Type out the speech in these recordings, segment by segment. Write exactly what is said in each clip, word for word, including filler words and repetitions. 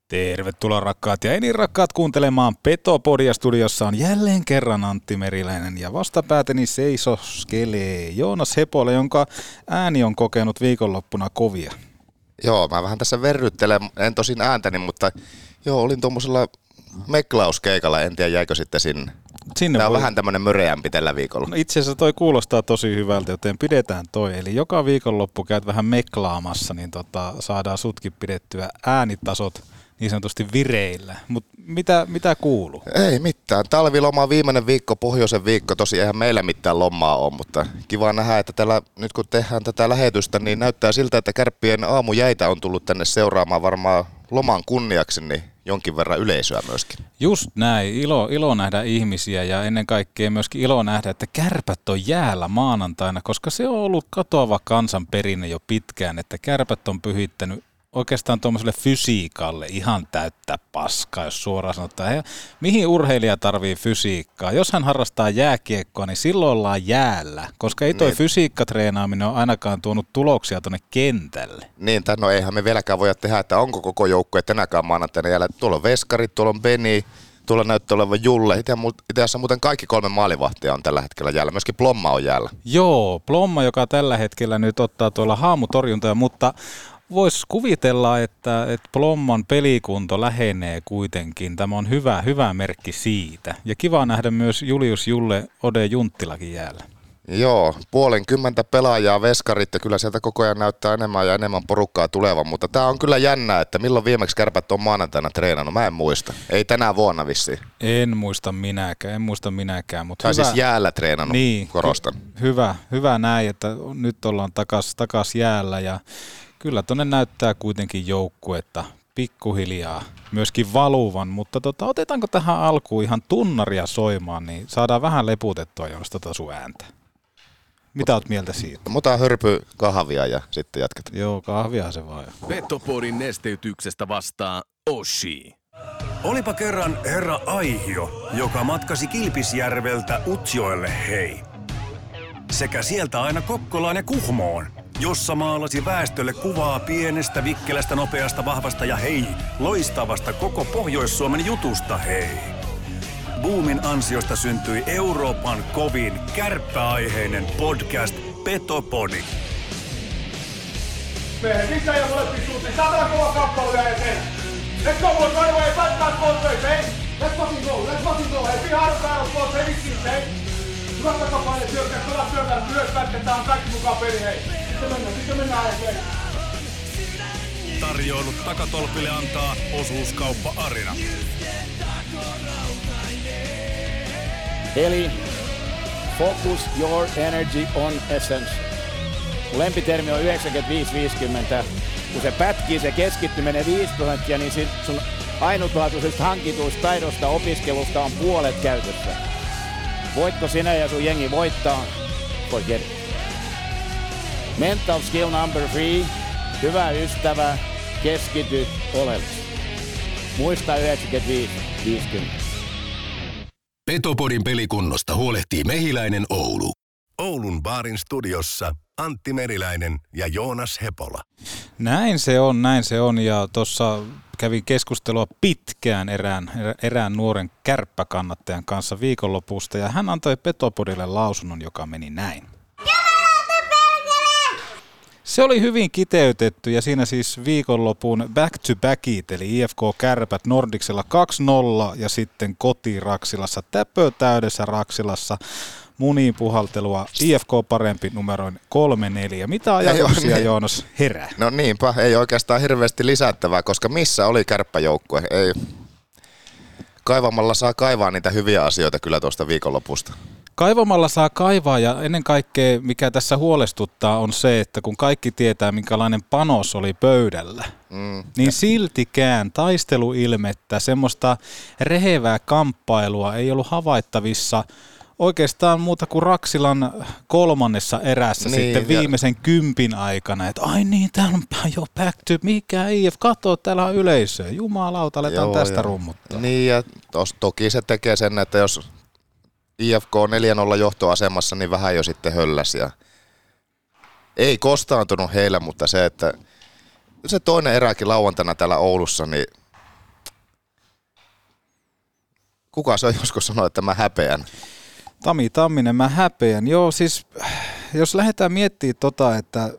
Tervetuloa rakkaat ja enin rakkaat kuuntelemaan Petopodia. Studiossa on jälleen kerran Antti Meriläinen ja vastapääteni seisoskelee Joonas Hepola, jonka ääni on kokenut viikonloppuna kovia. Joo, mä vähän tässä verryttelen, en tosin ääntäni, mutta joo, olin tuommoisella meklauskeikalla, en tiedä jäikö sitten sinne. Sinne Tämä on voi... vähän tämmönen möreämpi tällä viikolla. No itse asiassa toi kuulostaa tosi hyvältä, joten pidetään toi. Eli joka viikonloppu käyt vähän meklaamassa, niin tota, saadaan sutkin pidettyä äänitasot niin sanotusti vireillä. Mutta mitä, mitä kuuluu? Ei mitään. Talviloma viimeinen viikko, pohjoisen viikko. Tosi eihän meillä mitään lomaa ole, mutta kiva nähdä, että täällä, nyt kun tehdään tätä lähetystä, niin näyttää siltä, että Kärppien aamujäitä on tullut tänne seuraamaan varmaan loman kunniaksi, niin jonkin verran yleisöä myöskin. Just näin. Ilo, ilo nähdä ihmisiä ja ennen kaikkea myöskin ilo nähdä, että Kärpät on jäällä maanantaina, koska se on ollut katoava kansanperinne jo pitkään, että Kärpät on pyhittänyt oikeastaan tuommoiselle fysiikalle ihan täyttä paskaa, jos suoraan sanotaan. He, mihin urheilija tarvii fysiikkaa? Jos hän harrastaa jääkiekkoa, niin silloin ollaan jäällä, koska ei toi niin. Fysiikkatreenaaminen ole ainakaan tuonut tuloksia tuonne kentälle. Niin, tai no eihän me vieläkään voida tehdä, että onko koko joukkue tänäkään maanantaina jäällä. Tuolla on Veskarit, tuolla on Beni, tuolla näyttää olevan Julle. Itse asiassa muuten kaikki kolme maalivahtia on tällä hetkellä jäällä. Myöskin Plomma on jäällä. Joo, Plomma, joka tällä hetkellä nyt ottaa tuolla haamutorjuntaa, mutta voisi kuvitella, että, että Plomman pelikunto lähenee kuitenkin. Tämä on hyvä, hyvä merkki siitä. Ja kiva nähdä myös Julius Julle Ode Junttilakin jäällä. Joo, puolenkymmentä pelaajaa Veskarit ja kyllä sieltä koko ajan näyttää enemmän ja enemmän porukkaa tulevan. Mutta tämä on kyllä jännää, että milloin viimeksi Kärpät on maanantaina treenannut. Mä en muista. Ei tänä vuonna vissiin. En muista minäkään, en muista minäkään. Mutta tai hyvä, siis jäällä treenannut, niin, korostan. Hyvä, hyvä näin, että nyt ollaan takas, takas jäällä ja kyllä tuonne näyttää kuitenkin joukkuetta pikkuhiljaa myöskin valuvan, mutta tota, otetaanko tähän alkuun ihan tunnaria soimaan, niin saadaan vähän leputettua Joonas tota sun ääntä. Mitä oot mieltä siitä? Mutta hörpy kahvia ja sitten jatketaan. Joo, kahvia se vaan. Petopodin nesteytyksestä vastaa Oshi. Olipa kerran herra Aihio, joka matkasi Kilpisjärveltä Utsjoelle hei. Sekä sieltä aina Kokkolaan ja Kuhmoon, jossa maalasi väestölle kuvaa pienestä, vikkelästä, nopeasta, vahvasta ja hei, loistavasta koko Pohjois-Suomen jutusta hei. Boomin ansiosta syntyi Euroopan kovin kärppäaiheinen podcast Petopodi. Mehän sisään ja molempiin suuntiin. Saadaan kova kappale vielä eteen. Let's go, boys, right away. Five guys, both ways, hey. Let's fucking go, let's fucking go. Hey, behind the battle, boys, hey, vissiin, hey. Hyvät takapaine, syökkää, kovaa syökkää, myös pätketään kaikki mukaan peli, hei. Sitten mennään, sitten mennään eteen. Tarjoilut takatolpille antaa Osuuskauppa Arina. Eli focus your energy on essence. Mun lempitermi on yhdeksänkymmentäviisi viisikymmentä. Kun se pätkii, se keskittyminen viisi prosenttia, niin sun ainutlaatuisesta hankituista taidosta opiskelusta on puolet käytössä. Voitko sinä ja sun jengi voittaa? Forget it. Mental skill number three. Hyvä ystävä, keskity oleellisesti. Muista yhdeksänkymmentäviisi viisikymmentä. Petopodin pelikunnosta huolehtii Mehiläinen Oulu. Oulun baarin studiossa Antti Meriläinen ja Joonas Hepola. Näin se on, näin se on. Ja tuossa kävin keskustelua pitkään erään, erään nuoren kärppäkannattajan kanssa viikonlopusta. Ja hän antoi Petopodille lausunnon, joka meni näin. Se oli hyvin kiteytetty ja siinä siis viikonlopun back-to-backit, eli I F K Kärpät Nordicsella kaksi nolla ja sitten koti Raksilassa, täpö täydessä Raksilassa, muniin puhaltelua, I F K parempi numeroin kolme neljä. Mitä ajatuksia niin. Joonas herää? No niinpä, ei oikeastaan hirveästi lisättävää, koska missä oli kärppäjoukkue? Ei. Kaivamalla saa kaivaa niitä hyviä asioita kyllä tuosta viikonlopusta. Kaivamalla saa kaivaa ja ennen kaikkea mikä tässä huolestuttaa on se, että kun kaikki tietää minkälainen panos oli pöydällä, mm. niin siltikään taisteluilmettä, semmoista rehevää kamppailua ei ollut havaittavissa oikeastaan muuta kuin Raksilan kolmannessa erässä niin, sitten viimeisen ja kympin aikana, että ai niin, täällä on jo back to, mikä I F, katso, täällä on yleisöä, jumalauta, aletaan joo, tästä joo. rummuttaa. Niin ja tos, toki se tekee sen, että jos I F K neljä nolla johtoasemassa, niin vähän jo sitten hölläs ja ei kostaantunut heillä, mutta se, että se toinen eräkin lauantaina täällä Oulussa, niin Kuka se on joskus sanonut, että mä häpeän? Tami Tamminen, mä häpeän. Joo, siis jos lähdetään miettimään tota, että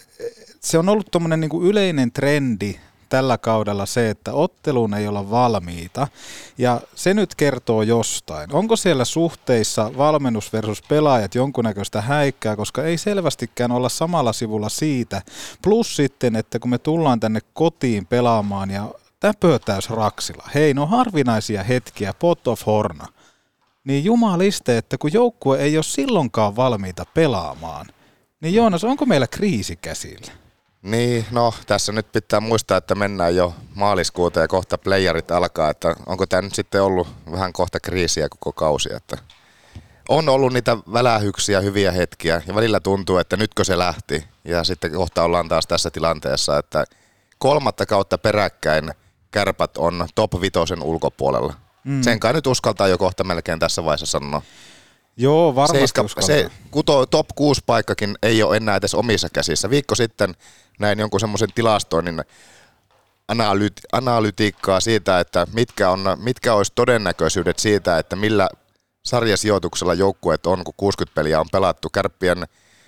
se on ollut tommonen niinku yleinen trendi tällä kaudella se, että otteluun ei olla valmiita, ja se nyt kertoo jostain. Onko siellä suhteissa valmennus versus pelaajat jonkunnäköistä häikkää, koska ei selvästikään olla samalla sivulla siitä, plus sitten, että kun me tullaan tänne kotiin pelaamaan ja täpötäys raksilla, hei, no harvinaisia hetkiä, pot of horna, niin jumaliste, että kun joukkue ei ole silloinkaan valmiita pelaamaan, niin Joonas, onko meillä kriisi käsillä? Niin, no tässä nyt pitää muistaa, että mennään jo maaliskuuta ja kohta playerit alkaa, että onko tämä nyt sitten ollut vähän kohta kriisiä koko kausi, että on ollut niitä välähyksiä, hyviä hetkiä ja välillä tuntuu, että nytkö se lähti ja sitten kohta ollaan taas tässä tilanteessa, että kolmatta kautta peräkkäin Kärpät on top vitosen ulkopuolella. Mm. Sen kai nyt uskaltaa jo kohta melkein tässä vaiheessa sanoa. Joo, varmasti Seiska, uskaltaa. Se kuto, top kuusi paikkakin ei ole enää edes omissa käsissä. Viikko sitten näin jonkun semmoisen tilastoinnin analyt, analytiikkaa siitä, että mitkä, on, mitkä olisi todennäköisyydet siitä, että millä sarjasijoituksella joukkueet on, kun kuusikymmentä peliä on pelattu. Kärppien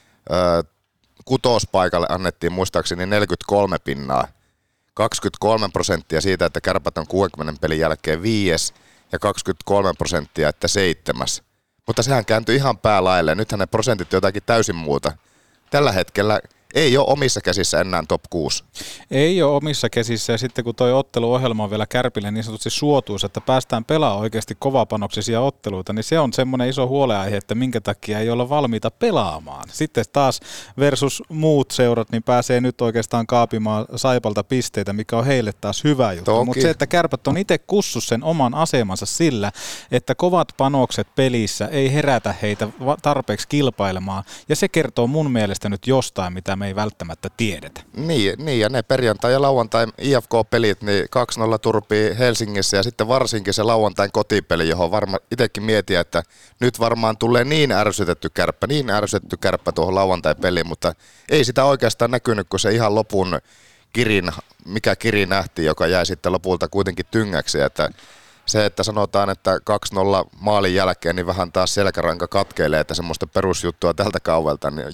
ö, kutospaikalle annettiin muistaakseni neljäkymmentäkolme pinnaa. kaksikymmentäkolme prosenttia siitä, että Kärpät on kuudenkymmenen pelin jälkeen viides ja kaksikymmentäkolme prosenttia, että seitsemäs. Mutta sehän kääntyi ihan päälaille. Nythän ne prosentit on jotakin täysin muuta. Tällä hetkellä ei ole omissa käsissä enää top kuusi. Ei ole omissa käsissä, ja sitten kun toi otteluohjelma on vielä Kärpille niin sanotusti suotuus, että päästään pelaamaan oikeasti kovapanoksisia otteluita, niin se on semmoinen iso huoleaihe, että minkä takia ei olla valmiita pelaamaan. Sitten taas versus muut seurat, niin pääsee nyt oikeastaan kaapimaan Saipalta pisteitä, mikä on heille taas hyvä juttu. Mutta se, että Kärpät on itse kussus sen oman asemansa sillä, että kovat panokset pelissä ei herätä heitä tarpeeksi kilpailemaan, ja se kertoo mun mielestä nyt jostain, mitä me ei välttämättä tiedetä. Niin, niin ja ne perjantai- ja lauantai I F K-pelit, niin kaksi nolla turpii Helsingissä ja sitten varsinkin se lauantain kotipeli, johon varmaan itsekin mietin, että nyt varmaan tulee niin ärsytetty kärppä, niin ärsytetty kärppä tuohon lauantai-peliin, mutta ei sitä oikeastaan näkynyt, kun se ihan lopun kirin, mikä kiri nähtiin, joka jäi sitten lopulta kuitenkin tyngäksi, että se, että sanotaan, että kaksi nolla maalin jälkeen, niin vähän taas selkäranka katkeilee, että semmoista perusjuttua tältä kaudelta, niin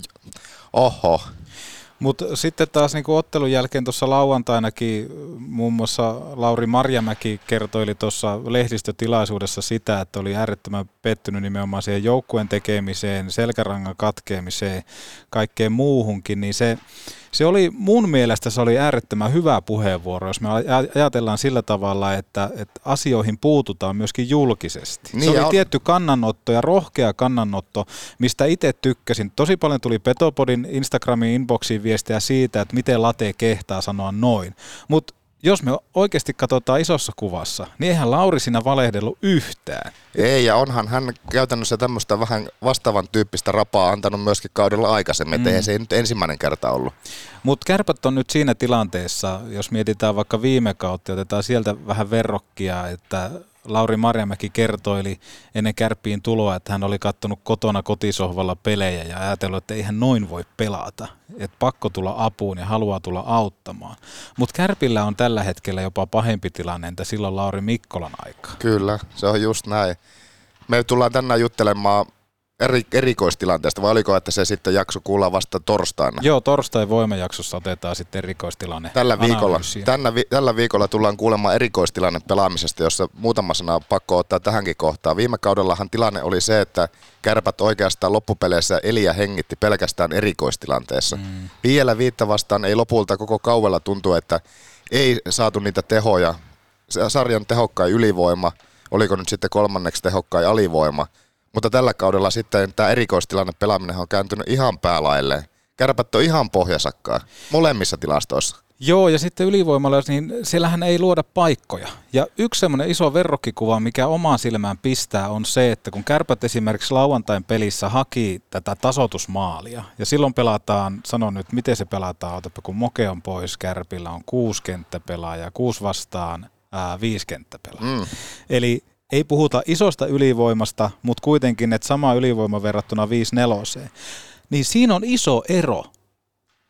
oho. Mutta sitten taas niin ottelun jälkeen tuossa lauantainakin muun muassa Lauri Marjamäki kertoili tuossa lehdistötilaisuudessa sitä, että oli äärettömän pettynyt nimenomaan siihen joukkueen tekemiseen, selkärangan katkeamiseen, kaikkeen muuhunkin, niin se, se oli mun mielestä se oli äärettömän hyvä puheenvuoro, jos me ajatellaan sillä tavalla, että, että asioihin puututaan myöskin julkisesti. Niin se oli on tietty kannanotto ja rohkea kannanotto, mistä itse tykkäsin. Tosi paljon tuli Petopodin Instagramin inboxiin viestiä siitä, että miten Late kehtaa sanoa noin. Mutta jos me oikeasti katsotaan isossa kuvassa, niin eihän Lauri siinä valehdellut yhtään. Ei, ja onhan hän käytännössä tämmöistä vähän vastaavan tyyppistä rapaa antanut myöskin kaudella aikaisemmin, mm. eihän se ei nyt ensimmäinen kerta ollut. Mutta Kärpät on nyt siinä tilanteessa, jos mietitään vaikka viime kautta, otetaan sieltä vähän verrokkia, että Lauri Marjamäki kertoili ennen Kärppiin tuloa, että hän oli katsonut kotona kotisohvalla pelejä ja ajatellut, että eihän noin voi pelata. Että pakko tulla apuun ja haluaa tulla auttamaan. Mutta Kärpillä on tällä hetkellä jopa pahempi tilanne, entä silloin Lauri Mikkolan aikaa. Kyllä, se on just näin. Me tullaan tänään juttelemaan eri, erikoistilanteesta, vai oliko, että se sitten jakso kuullaan vasta torstaina? Joo, torstai voimajaksossa otetaan sitten erikoistilanne. Tällä viikolla, tänä vi, tällä viikolla tullaan kuulemaan erikoistilanne pelaamisesta, jossa muutama sana on pakko ottaa tähänkin kohtaan. Viime kaudellahan tilanne oli se, että Kärpät oikeastaan loppupeleissä eli ja hengitti pelkästään erikoistilanteessa. Mm. Vielä viittä vastaan ei lopulta koko kaudella tuntu, että ei saatu niitä tehoja. Sarjan tehokkain ylivoima, oliko nyt sitten kolmanneksi tehokkain alivoima. Mutta tällä kaudella sitten tämä erikoistilanne pelaaminen on kääntynyt ihan päälailleen. Kärpät on ihan pohjasakkaa molemmissa tilastoissa. Joo, ja sitten ylivoimalla, niin siellähän ei luoda paikkoja. Ja yksi semmoinen iso verrokkikuva, mikä omaan silmään pistää, on se, että kun Kärpät esimerkiksi lauantain pelissä haki tätä tasoitusmaalia, ja silloin pelataan, sanon nyt, miten se pelataan, otapa kun Moke on pois, Kärpillä on kuusi kenttäpelaajaa, kuusi vastaan ää, viisi kenttäpelaajaa. Mm. Eli ei puhuta isosta ylivoimasta, mutta kuitenkin, että sama ylivoima verrattuna viisi neloseen. Niin siinä on iso ero.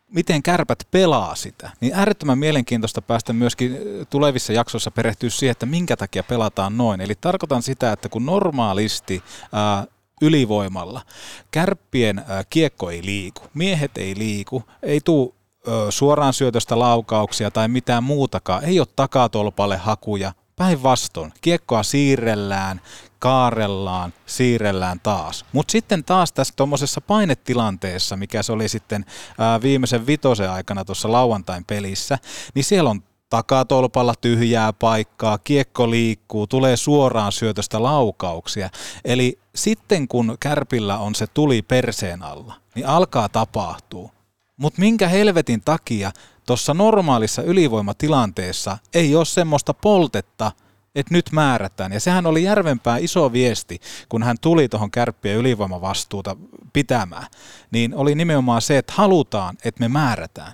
miten Kärpät pelaa sitä, niin äärettömän mielenkiintoista päästä myöskin tulevissa jaksoissa perehtyä siihen, että minkä takia pelataan noin. Eli tarkoitan sitä, että kun normaalisti ää, ylivoimalla Kärppien ää, kiekko ei liiku, miehet ei liiku, ei tule suoraan syötöstä laukauksia tai mitään muutakaan, ei ole takatolpalle hakuja, päinvastoin kiekkoa siirrellään, kaarellaan, siirrellään taas. Mutta sitten taas tässä tuommoisessa painetilanteessa, mikä se oli sitten ää, viimeisen vitosen aikana tuossa lauantain pelissä, niin siellä on takatolpalla tyhjää paikkaa, kiekko liikkuu, tulee suoraan syötöstä laukauksia. Eli sitten kun Kärpillä on se tuli perseen alla, niin alkaa tapahtua. Mutta minkä helvetin takia tuossa normaalissa ylivoimatilanteessa ei ole semmoista poltetta, että nyt määrätään. Ja sehän oli Järvenpää iso viesti, kun hän tuli tuohon Kärppien ylivoimavastuuta pitämään. Niin oli nimenomaan se, että halutaan, että me määrätään.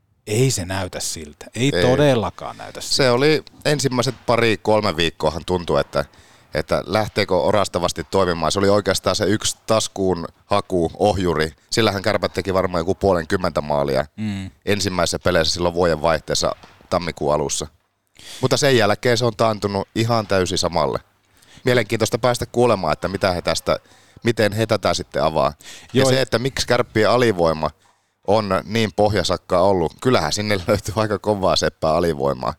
Ei se näytä siltä. Ei, ei. todellakaan näytä siltä. Se oli ensimmäiset pari, kolme viikkoahan tuntui, että, että lähteekö orastavasti toimimaan. Se oli oikeastaan se yksi taskuun haku, ohjuri. Sillähän Kärpät teki varmaan joku puolen kymmentä maalia mm. ensimmäisessä peleissä silloin vuoden vaihteessa tammikuun alussa. Mutta sen jälkeen se on taantunut ihan täysin samalle. Mielenkiintoista päästä kuulemaan, että mitä he tästä, miten he tätä sitten avaa. Joo, ja se, että miksi Kärppien alivoima on niin pohjasakkaa ollut. Kyllähän sinne löytyy aika kovaa seppää alivoimaa.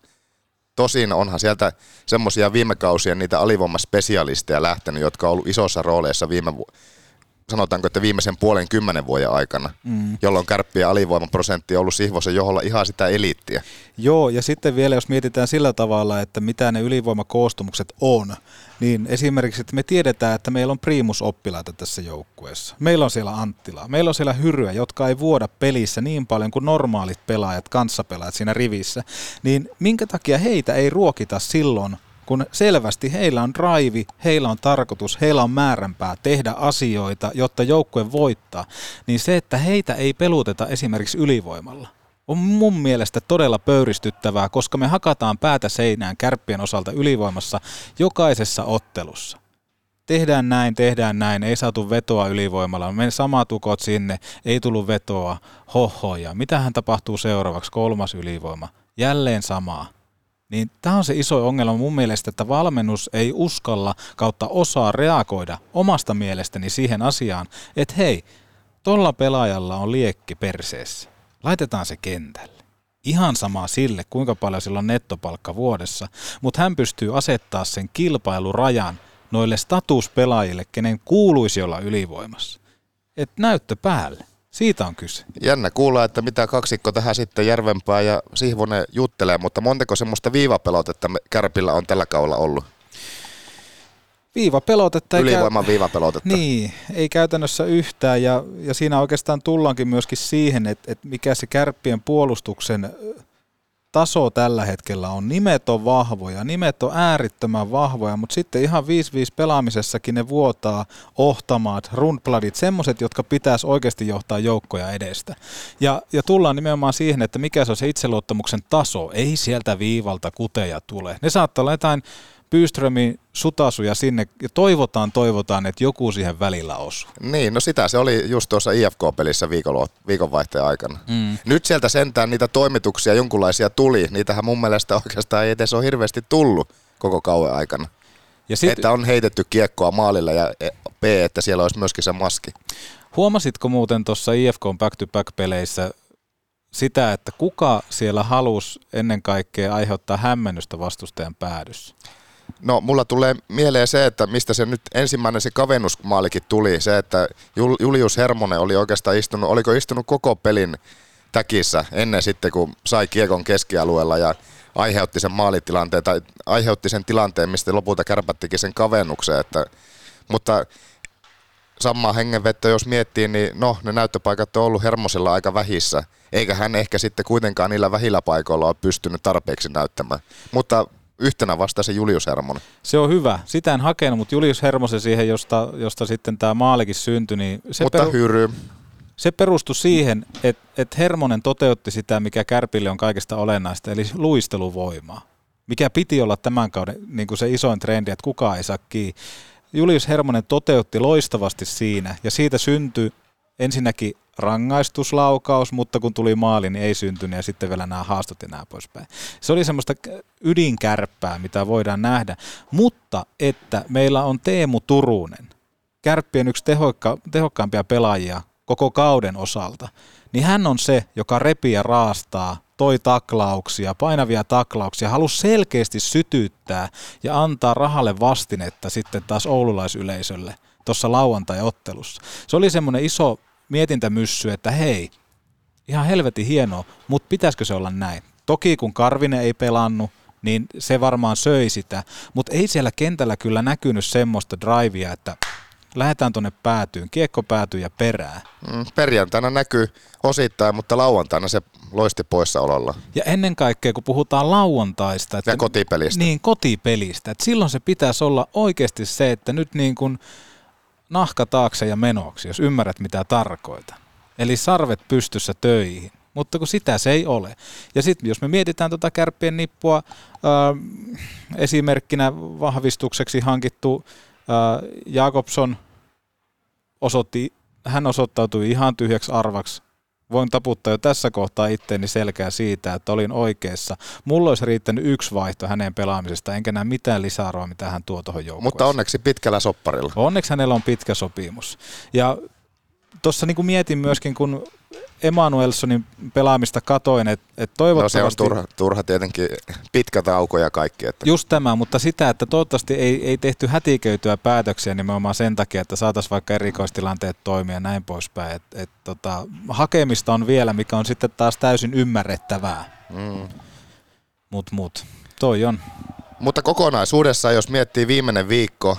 Tosin onhan sieltä semmoisia viime kausien niitä alivoimaspesialisteja lähtenyt, jotka on ollut isossa rooleissa viime vu- sanotaanko, että viimeisen puolen kymmenen vuoden aikana, mm. jolloin Kärppien alivoimaprosentti on ollut Sihvosen johdolla ihan sitä eliittiä. Joo, ja sitten vielä jos mietitään sillä tavalla, että mitä ne ylivoimakoostumukset on, niin esimerkiksi, että me tiedetään, että meillä on primusoppilaita tässä joukkueessa. Meillä on siellä Anttilaa, meillä on siellä Hyryä, jotka ei vuoda pelissä niin paljon kuin normaalit pelaajat, kanssapelaajat siinä rivissä, niin minkä takia heitä ei ruokita silloin, kun selvästi heillä on drive, heillä on tarkoitus, heillä on määränpää tehdä asioita, jotta joukkue voittaa, niin se, että heitä ei peluteta esimerkiksi ylivoimalla, on mun mielestä todella pöyristyttävää, koska me hakataan päätä seinään Kärppien osalta ylivoimassa jokaisessa ottelussa. Tehdään näin, tehdään näin, ei saatu vetoa ylivoimalla, me samat tukot sinne, ei tullut vetoa, hohoja. Mitähän tapahtuu seuraavaksi, kolmas ylivoima, jälleen samaa. Niin tämä on se iso ongelma mun mielestä, että valmennus ei uskalla kautta osaa reagoida omasta mielestäni siihen asiaan, että hei, tolla pelaajalla on liekki perseessä. Laitetaan se kentälle. Ihan sama sille, kuinka paljon sillä on nettopalkka vuodessa, mutta hän pystyy asettaa sen kilpailurajan noille statuspelaajille, kenen kuuluisi olla ylivoimassa. Et näyttö päälle. Siitä on kyse. Jännä kuulla, että mitä kaksikko tähän sitten Järvenpää ja Sihvonen juttelee, mutta montako semmoista viivapelotetta Kärpillä on tällä kaudella ollut? Viivapelotetta. Ylivoiman viivapelotetta. Niin, ei käytännössä yhtään ja, ja siinä oikeastaan tullaankin myöskin siihen, että, että mikä se Kärppien puolustuksen taso tällä hetkellä on. Nimet on vahvoja, nimet on äärittömän vahvoja, mutta sitten ihan viisi viisi pelaamisessakin ne vuotaa Ohtamaat, Rundbladit, semmoiset, jotka pitäisi oikeasti johtaa joukkoja edestä. Ja, ja tullaan nimenomaan siihen, että mikä se on se itseluottamuksen taso. Ei sieltä viivalta kuteja tule. Ne saattaa olla jotain Byströmin sutasuja sinne ja toivotaan, toivotaan, että joku siihen välillä osuu. Niin, no sitä se oli just tuossa I F K-pelissä viikon, viikonvaihteen aikana. Mm. Nyt sieltä sentään niitä toimituksia jonkunlaisia tuli. Niitähän mun mielestä oikeastaan ei edes ole hirveästi tullut koko kauan aikana. Ja sit, että on heitetty kiekkoa maalille ja B, että siellä olisi myöskin se maski. Huomasitko muuten tuossa I F K:n back-to-back-peleissä sitä, että kuka siellä halusi ennen kaikkea aiheuttaa hämmennystä vastustajan päädyssä? No mulla tulee mieleen se, että mistä se nyt ensimmäinen se kavennusmaalikin tuli, se, että Julius Hermonen oli oikeastaan istunut, oliko istunut koko pelin täkissä ennen sitten, kun sai kiekon keskialueella ja aiheutti sen maalitilanteen, tai aiheutti sen tilanteen, mistä lopulta Kärpät teki sen kavennuksen, että, mutta samaa hengenvettä jos miettii, niin no ne näyttöpaikat on ollut Hermosella aika vähissä, eikä hän ehkä sitten kuitenkaan niillä vähillä paikoilla ole pystynyt tarpeeksi näyttämään, mutta yhtenä vasta se Julius Hermonen. Se on hyvä. Sitä en hakenut, mutta Julius Hermosen siihen, josta, josta sitten tämä maalikin syntyi, niin se, mutta peru, Hyry. se perustui siihen, että et Hermonen toteutti sitä, mikä Kärpille on kaikesta olennaista, eli luisteluvoimaa. Mikä piti olla tämän kauden niin kuin se isoin trendi, että kukaan ei saa kiinni. Julius Hermonen toteutti loistavasti siinä, ja siitä syntyi ensinnäkin rangaistuslaukaus, mutta kun tuli maali, niin ei syntynyt ja sitten vielä nämä haastot ja nämä poispäin. Se oli semmoista ydinkärppää, mitä voidaan nähdä, mutta että meillä on Teemu Turunen, Kärppien yksi tehokka, tehokkaampia pelaajia koko kauden osalta, niin hän on se, joka repii ja raastaa, toi taklauksia, painavia taklauksia, halusi selkeästi sytyttää ja antaa rahalle vastinetta sitten taas oululaisyleisölle tuossa lauantai-ottelussa. Se oli semmoinen iso mietintämyssy, että hei, ihan helvetin hienoa, mutta pitäisikö se olla näin? Toki kun Karvinen ei pelannut, niin se varmaan söi sitä, mutta ei siellä kentällä kyllä näkynyt semmoista drivea, että lähdetään tuonne päätyyn, kiekko päätyy ja perää. Mm, perjantaina näkyy osittain, mutta lauantaina se loisti poissaololla. Ja ennen kaikkea, kun puhutaan lauantaista. Että, ja kotipelistä. Niin, kotipelistä. Että silloin se pitäisi olla oikeasti se, että nyt niin kuin nahka taakse ja menoksi, jos ymmärrät mitä tarkoitan. Eli sarvet pystyssä töihin. Mutta kun sitä se ei ole. Ja sitten jos me mietitään tuota Kärppien nippua, ää, esimerkkinä vahvistukseksi hankittu ää, Jakobson osoitti, hän osoittautui ihan tyhjäksi arvaksi. Voin taputtaa jo tässä kohtaa itteeni selkää siitä, että olin oikeassa. Mulla olisi riittänyt yksi vaihto hänen pelaamisesta, enkä näe mitään lisäarvoa, mitä hän tuo tuohon joukkueeseen. Mutta onneksi pitkällä sopparilla. Onneksi hänellä on pitkä sopimus. Ja tuossa niin kuin mietin myöskin, kun Emanuelssonin pelaamista katoin, että et toivottavasti... No se on turha, turha tietenkin, pitkä tauko ja kaikki. Että... Just tämä, mutta sitä, että toivottavasti ei, ei tehty hätiköityä päätöksiä nimenomaan sen takia, että saataisiin vaikka erikoistilanteet toimia ja näin poispäin. Et, et, tota, hakemista on vielä, mikä on sitten taas täysin ymmärrettävää. Mm. Mut, mut, toi on. Mutta kokonaisuudessaan, jos miettii viimeinen viikko,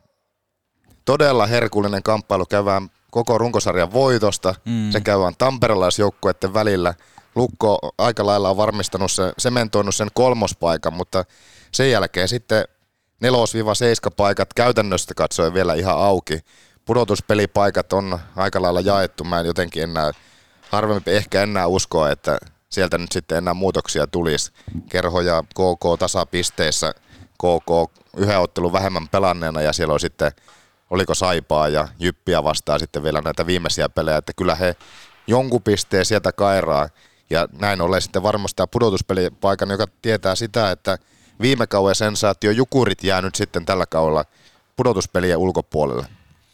todella herkullinen kamppailu käydään koko runkosarjan voitosta, mm. se käydään tamperelaisjoukkueiden välillä. Lukko aika lailla on varmistanut se, sementoinut sen kolmospaikan, mutta sen jälkeen sitten nelos-seitsemän paikat käytännössä katsoen vielä ihan auki. Pudotuspelipaikat on aika lailla jaettu, mä en jotenkin enää, harvemmin ehkä enää uskoa, että sieltä nyt sitten enää muutoksia tulisi. Kerho ja K K tasapisteissä, K K yhden ottelun vähemmän pelanneena ja siellä on sitten oliko Saipaa ja Jyppiä vastaan sitten vielä näitä viimeisiä pelejä, että kyllä he jonkun pisteen sieltä kairaa. Ja näin ollen sitten varmasti tämä pudotuspelipaikan, joka tietää sitä, että viime kauden sensaatio Jukurit jää nyt sitten tällä kaudella pudotuspelien ulkopuolelle.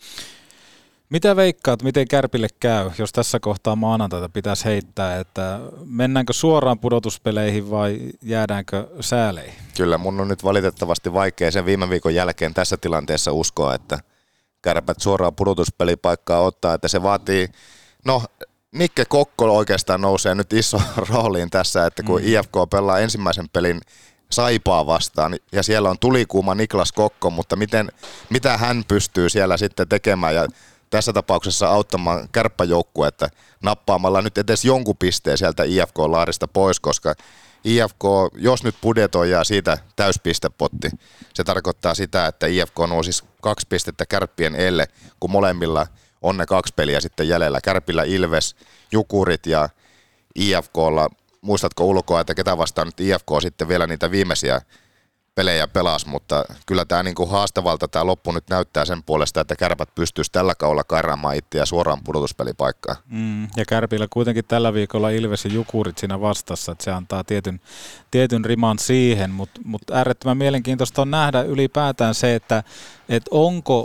Mitä veikkaat, miten Kärpille käy, jos tässä kohtaa maanantaita pitäisi heittää, että mennäänkö suoraan pudotuspeleihin vai jäädäänkö sääleihin? Kyllä, mun on nyt valitettavasti vaikea sen viime viikon jälkeen tässä tilanteessa uskoa, että Kärpät suoraan pudotuspelipaikkaa ottaa, että se vaatii, no Nikke Kokko oikeastaan nousee nyt iso rooliin tässä, että kun mm. I F K pelaa ensimmäisen pelin Saipaa vastaan ja siellä on tulikuuma Niklas Kokko, mutta miten, mitä hän pystyy siellä sitten tekemään ja tässä tapauksessa auttamaan kärppäjoukkuetta nappaamalla nyt edes jonkun pisteen sieltä I F K-laarista pois, koska I F K, jos nyt budjetoi jää siitä täyspistepotti, se tarkoittaa sitä, että I F K nousisi kaksi pistettä Kärppien elle, kun molemmilla on ne kaksi peliä sitten jäljellä. Kärpillä Ilves, Jukurit ja I F K:lla, muistatko ulkoa, että ketä vastaan nyt I F K sitten vielä niitä viimeisiä pelejä pelasi, mutta kyllä tämä niinku haastavalta tämä loppu nyt näyttää sen puolesta, että Kärpät pystyisi tällä kaudella kairaamaan itseä suoraan pudotuspelipaikkaan. Mm, ja Kärpillä kuitenkin tällä viikolla Ilves ja Jukurit siinä vastassa, että se antaa tietyn, tietyn riman siihen, mutta mut äärettömän mielenkiintoista on nähdä ylipäätään se, että et onko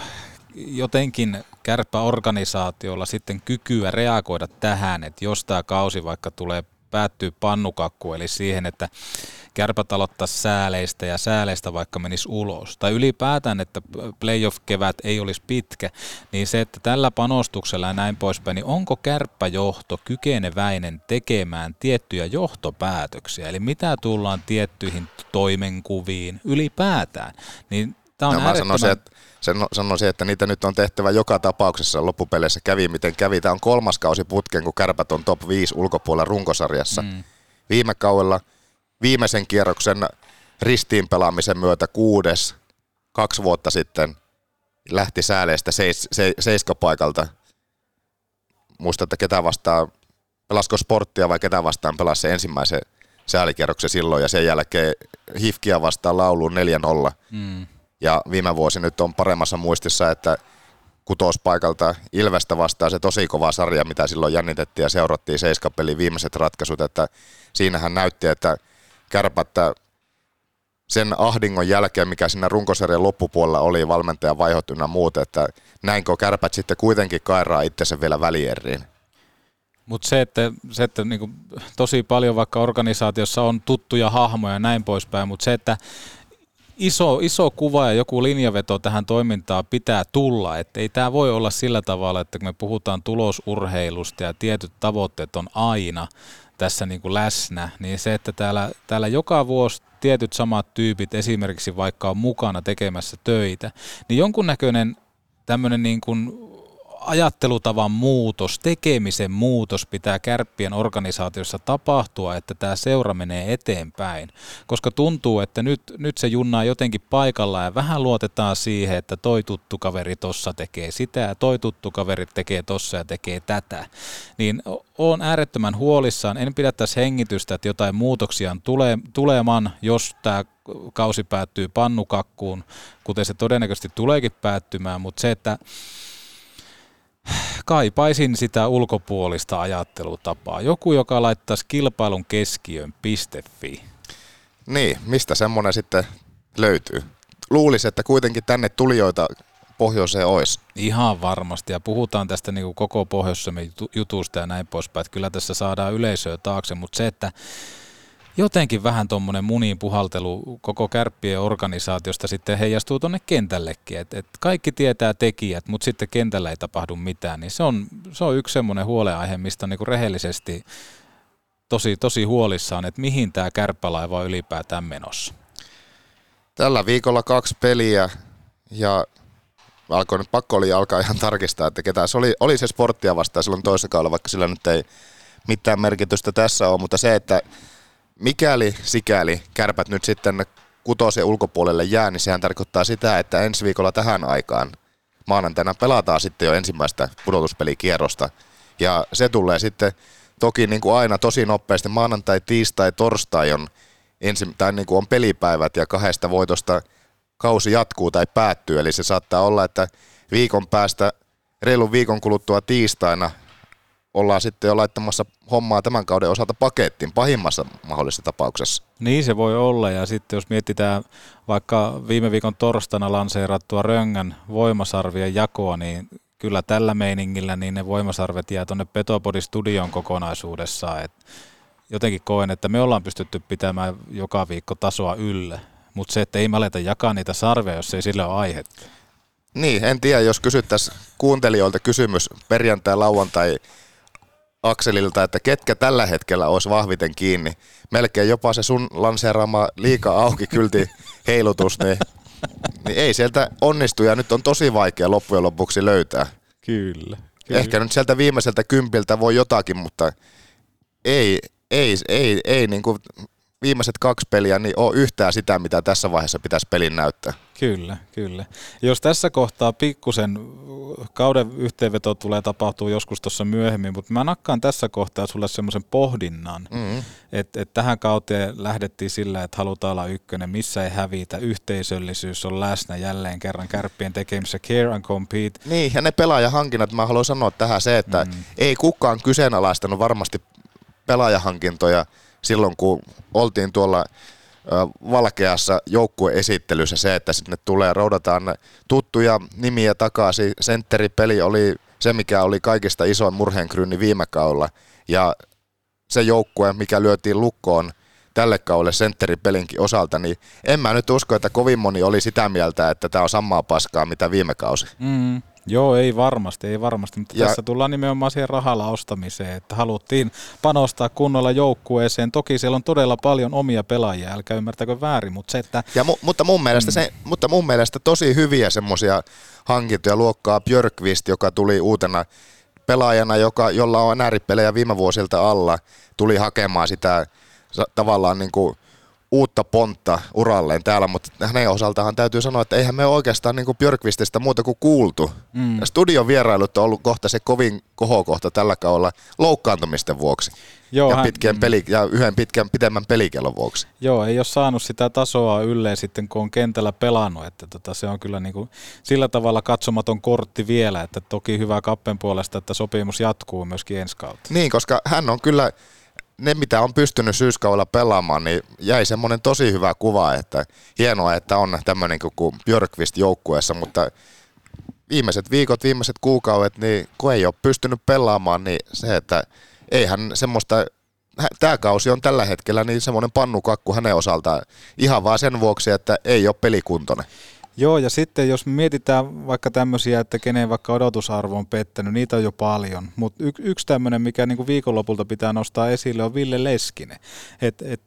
jotenkin kärppäorganisaatiolla sitten kykyä reagoida tähän, että jos tämä kausi vaikka tulee päättyy pannukakku, eli siihen, että Kärpät aloittaisi sääleistä ja sääleistä vaikka menisi ulos, tai ylipäätään, että playoff-kevät ei olisi pitkä, niin se, että tällä panostuksella ja näin poispäin, niin onko kärppäjohto kykeneväinen tekemään tiettyjä johtopäätöksiä, eli mitä tullaan tiettyihin toimenkuviin ylipäätään, niin tämä on no, äärettömän... Sanoisin, että, sanoisin, että niitä nyt on tehtävä joka tapauksessa, loppupeleissä kävi miten kävi, tämä on kolmas kausi putken, kun Kärpät on top viisi ulkopuolella runkosarjassa. Mm. Viime kaudella viimeisen kierroksen ristiin pelaamisen myötä kuudes, kaksi vuotta sitten lähti sääleistä seis, se, seiskapaikalta. Muistatte ketä vastaan, pelasko Sporttia vai ketä vastaan pelasi se ensimmäisen säällikierroksen silloin ja sen jälkeen Hifkiä vastaan lauluun neljä nolla. Mm. Ja viime vuosi nyt on paremmassa muistissa, että kutospaikalta Ilvestä vastaan se tosi kova sarja, mitä silloin jännitettiin ja seurattiin seiskapelin viimeiset ratkaisut, että siinähän näytti, että Kärpät sen ahdingon jälkeen, mikä siinä runkosarjan loppupuolella oli, valmentajan vaihot ynnä muut, että näinkö Kärpät sitten kuitenkin kairaa itsensä vielä välieriin. Mutta se, että, se, että niinku, tosi paljon vaikka organisaatiossa on tuttuja hahmoja ja näin poispäin, mutta se, että iso, iso kuva ja joku linjaveto tähän toimintaan pitää tulla, että ei tämä voi olla sillä tavalla, että kun me puhutaan tulosurheilusta ja tietyt tavoitteet on aina tässä niinku läsnä, niin se, että täällä, täällä joka vuosi tietyt samat tyypit esimerkiksi vaikka on mukana tekemässä töitä, niin jonkunnäköinen tämmöinen niin kuin ajattelutavan muutos, tekemisen muutos pitää Kärppien organisaatiossa tapahtua, että tämä seura menee eteenpäin. Koska tuntuu, että nyt, nyt se junnaa jotenkin paikallaan ja vähän luotetaan siihen, että toi tuttu kaveri tossa tekee sitä ja toi tuttu kaveri tekee tossa ja tekee tätä. Niin olen äärettömän huolissaan. En pidä tässä hengitystä, että jotain muutoksia on tule, tuleman, jos tämä kausi päättyy pannukakkuun, kuten se todennäköisesti tuleekin päättymään, mutta se, että kaipaisin sitä ulkopuolista ajattelutapaa. Joku, joka laittaisi kilpailun keskiöön, .fi. Niin, mistä semmoinen sitten löytyy? Luulisi, että kuitenkin tänne tulijoita pohjoiseen olisi. Ihan varmasti, ja puhutaan tästä niin kuin koko Pohjois-Suomen jutusta ja näin poispäin, että kyllä tässä saadaan yleisöä taakse, mutta se, että jotenkin vähän tuommoinen muniin puhaltelu koko Kärppien organisaatiosta sitten heijastuu tuonne kentällekin, että et kaikki tietää tekijät, mutta sitten kentällä ei tapahdu mitään, niin se on, se on yksi semmoinen huolenaihe, mistä on niinku rehellisesti tosi, tosi huolissaan, että mihin tämä kärppälaiva on ylipäätään menossa. Tällä viikolla kaksi peliä ja alkoi nyt pakko oli alkaa ihan tarkistaa, että ketä se oli, oli se Sporttia vastaan silloin toisessa kaudella, vaikka sillä nyt ei mitään merkitystä tässä ole, mutta se, että mikäli sikäli Kärpät nyt sitten kutosen ulkopuolelle jää, niin sehän tarkoittaa sitä, että ensi viikolla tähän aikaan maanantaina pelataan sitten jo ensimmäistä pudotuspelikierrosta. Ja se tulee sitten toki niin kuin aina tosi nopeasti. Maanantai, tiistai, torstai on, ensi, tai niin kuin on pelipäivät ja kahdesta voitosta kausi jatkuu tai päättyy. Eli se saattaa olla, että viikon päästä, reilun viikon kuluttua tiistaina ollaan sitten jo laittamassa hommaa tämän kauden osalta pakettiin pahimmassa mahdollisessa tapauksessa. Niin se voi olla, ja sitten jos mietitään vaikka viime viikon torstaina lanseerattua Röngän voimasarvien jakoa, niin kyllä tällä meiningillä niin ne voimasarvet jää tuonne Petopodin studion kokonaisuudessaan. Et jotenkin koen, että me ollaan pystytty pitämään joka viikko tasoa yllä, mutta se, että ei me aleta jakaa niitä sarveja, jos ei sille ole aihetta. Niin, en tiedä, jos kysyttäisiin kuuntelijoilta kysymys perjantai, lauantai, Akselilta, että ketkä tällä hetkellä olisi vahviten kiinni. Melkein jopa se sun lanseeraama liika auki kylti heilutus, niin, niin ei sieltä onnistu ja nyt on tosi vaikea loppujen lopuksi löytää. Kyllä, kyllä. Ehkä nyt sieltä viimeiseltä kympiltä voi jotakin, mutta ei, ei, ei, ei niin kuin viimeiset kaksi peliä niin ole yhtään sitä, mitä tässä vaiheessa pitäisi pelin näyttää. Kyllä, kyllä. Jos tässä kohtaa pikkusen kauden yhteenveto tulee tapahtuu joskus tuossa myöhemmin, mutta mä nakkaan tässä kohtaa sulle semmoisen pohdinnan, mm-hmm. että et tähän kauteen lähdettiin sillä, että halutaan olla ykkönen, missä ei hävitä, yhteisöllisyys on läsnä jälleen kerran Kärppien tekemissä, care and compete. Niin, ja ne pelaajahankinnat, mä haluan sanoa tähän se, että mm. ei kukaan kyseenalaistanut varmasti pelaajahankintoja silloin, kun oltiin tuolla valkeassa joukkueesittelyssä se, että sinne tulee, roudataan tuttuja nimiä takaisin. Sentteripeli oli se, mikä oli kaikista isoin murheenkryyni viime kaudella. Ja se joukkue, mikä lyötiin lukkoon tälle kaudelle sentteripelinkin osalta, niin en mä nyt usko, että kovin moni oli sitä mieltä, että tämä on samaa paskaa, mitä viime kausi. Mm. Joo, ei varmasti, ei varmasti, mutta ja tässä tullaan nimenomaan siihen rahalla ostamiseen, että haluttiin panostaa kunnolla joukkueeseen. Toki siellä on todella paljon omia pelaajia, älkää ymmärtäkö väärin, mutta se, että ja mu- mutta, mun mielestä mm. se, mutta mun mielestä tosi hyviä semmoisia hankintoja luokkaa Björkvist, joka tuli uutena pelaajana, joka, jolla on ääripelejä viime vuosilta alla, tuli hakemaan sitä tavallaan niin kuin uutta pontta uralleen täällä, mutta hänen osaltaan täytyy sanoa, että eihän me oikeastaan niin kuin Björkvististä muuta kuin kuultu. Mm. Studion vierailut on ollut kohta se kovin kohokohta tällä kaudella loukkaantumisten vuoksi. Joo, ja, hän, pitkän peli, ja yhden pitkän pitemmän pelikellon vuoksi. Joo, ei ole saanut sitä tasoa ylleen sitten, kun on kentällä pelannut. Että tota, se on kyllä niin kuin sillä tavalla katsomaton kortti vielä, että toki hyvä Kappen puolesta, että sopimus jatkuu myöskin ensi kautta. Niin, koska hän on kyllä, ne mitä on pystynyt syyskaudella pelaamaan, niin jäi semmoinen tosi hyvä kuva, että hienoa, että on tämmöinen kuin Björkvist joukkueessa, mutta viimeiset viikot, viimeiset kuukaudet, niin kun ei ole pystynyt pelaamaan, niin se, että eihän semmoista, tämä kausi on tällä hetkellä niin semmoinen pannukakku hänen osaltaan ihan vaan sen vuoksi, että ei ole pelikuntoinen. Joo, ja sitten jos mietitään vaikka tämmöisiä, että kenen vaikka odotusarvo on pettänyt, niitä on jo paljon, mutta y- yksi tämmöinen, mikä niinku viikonlopulta pitää nostaa esille, on Ville Leskinen. Et, et,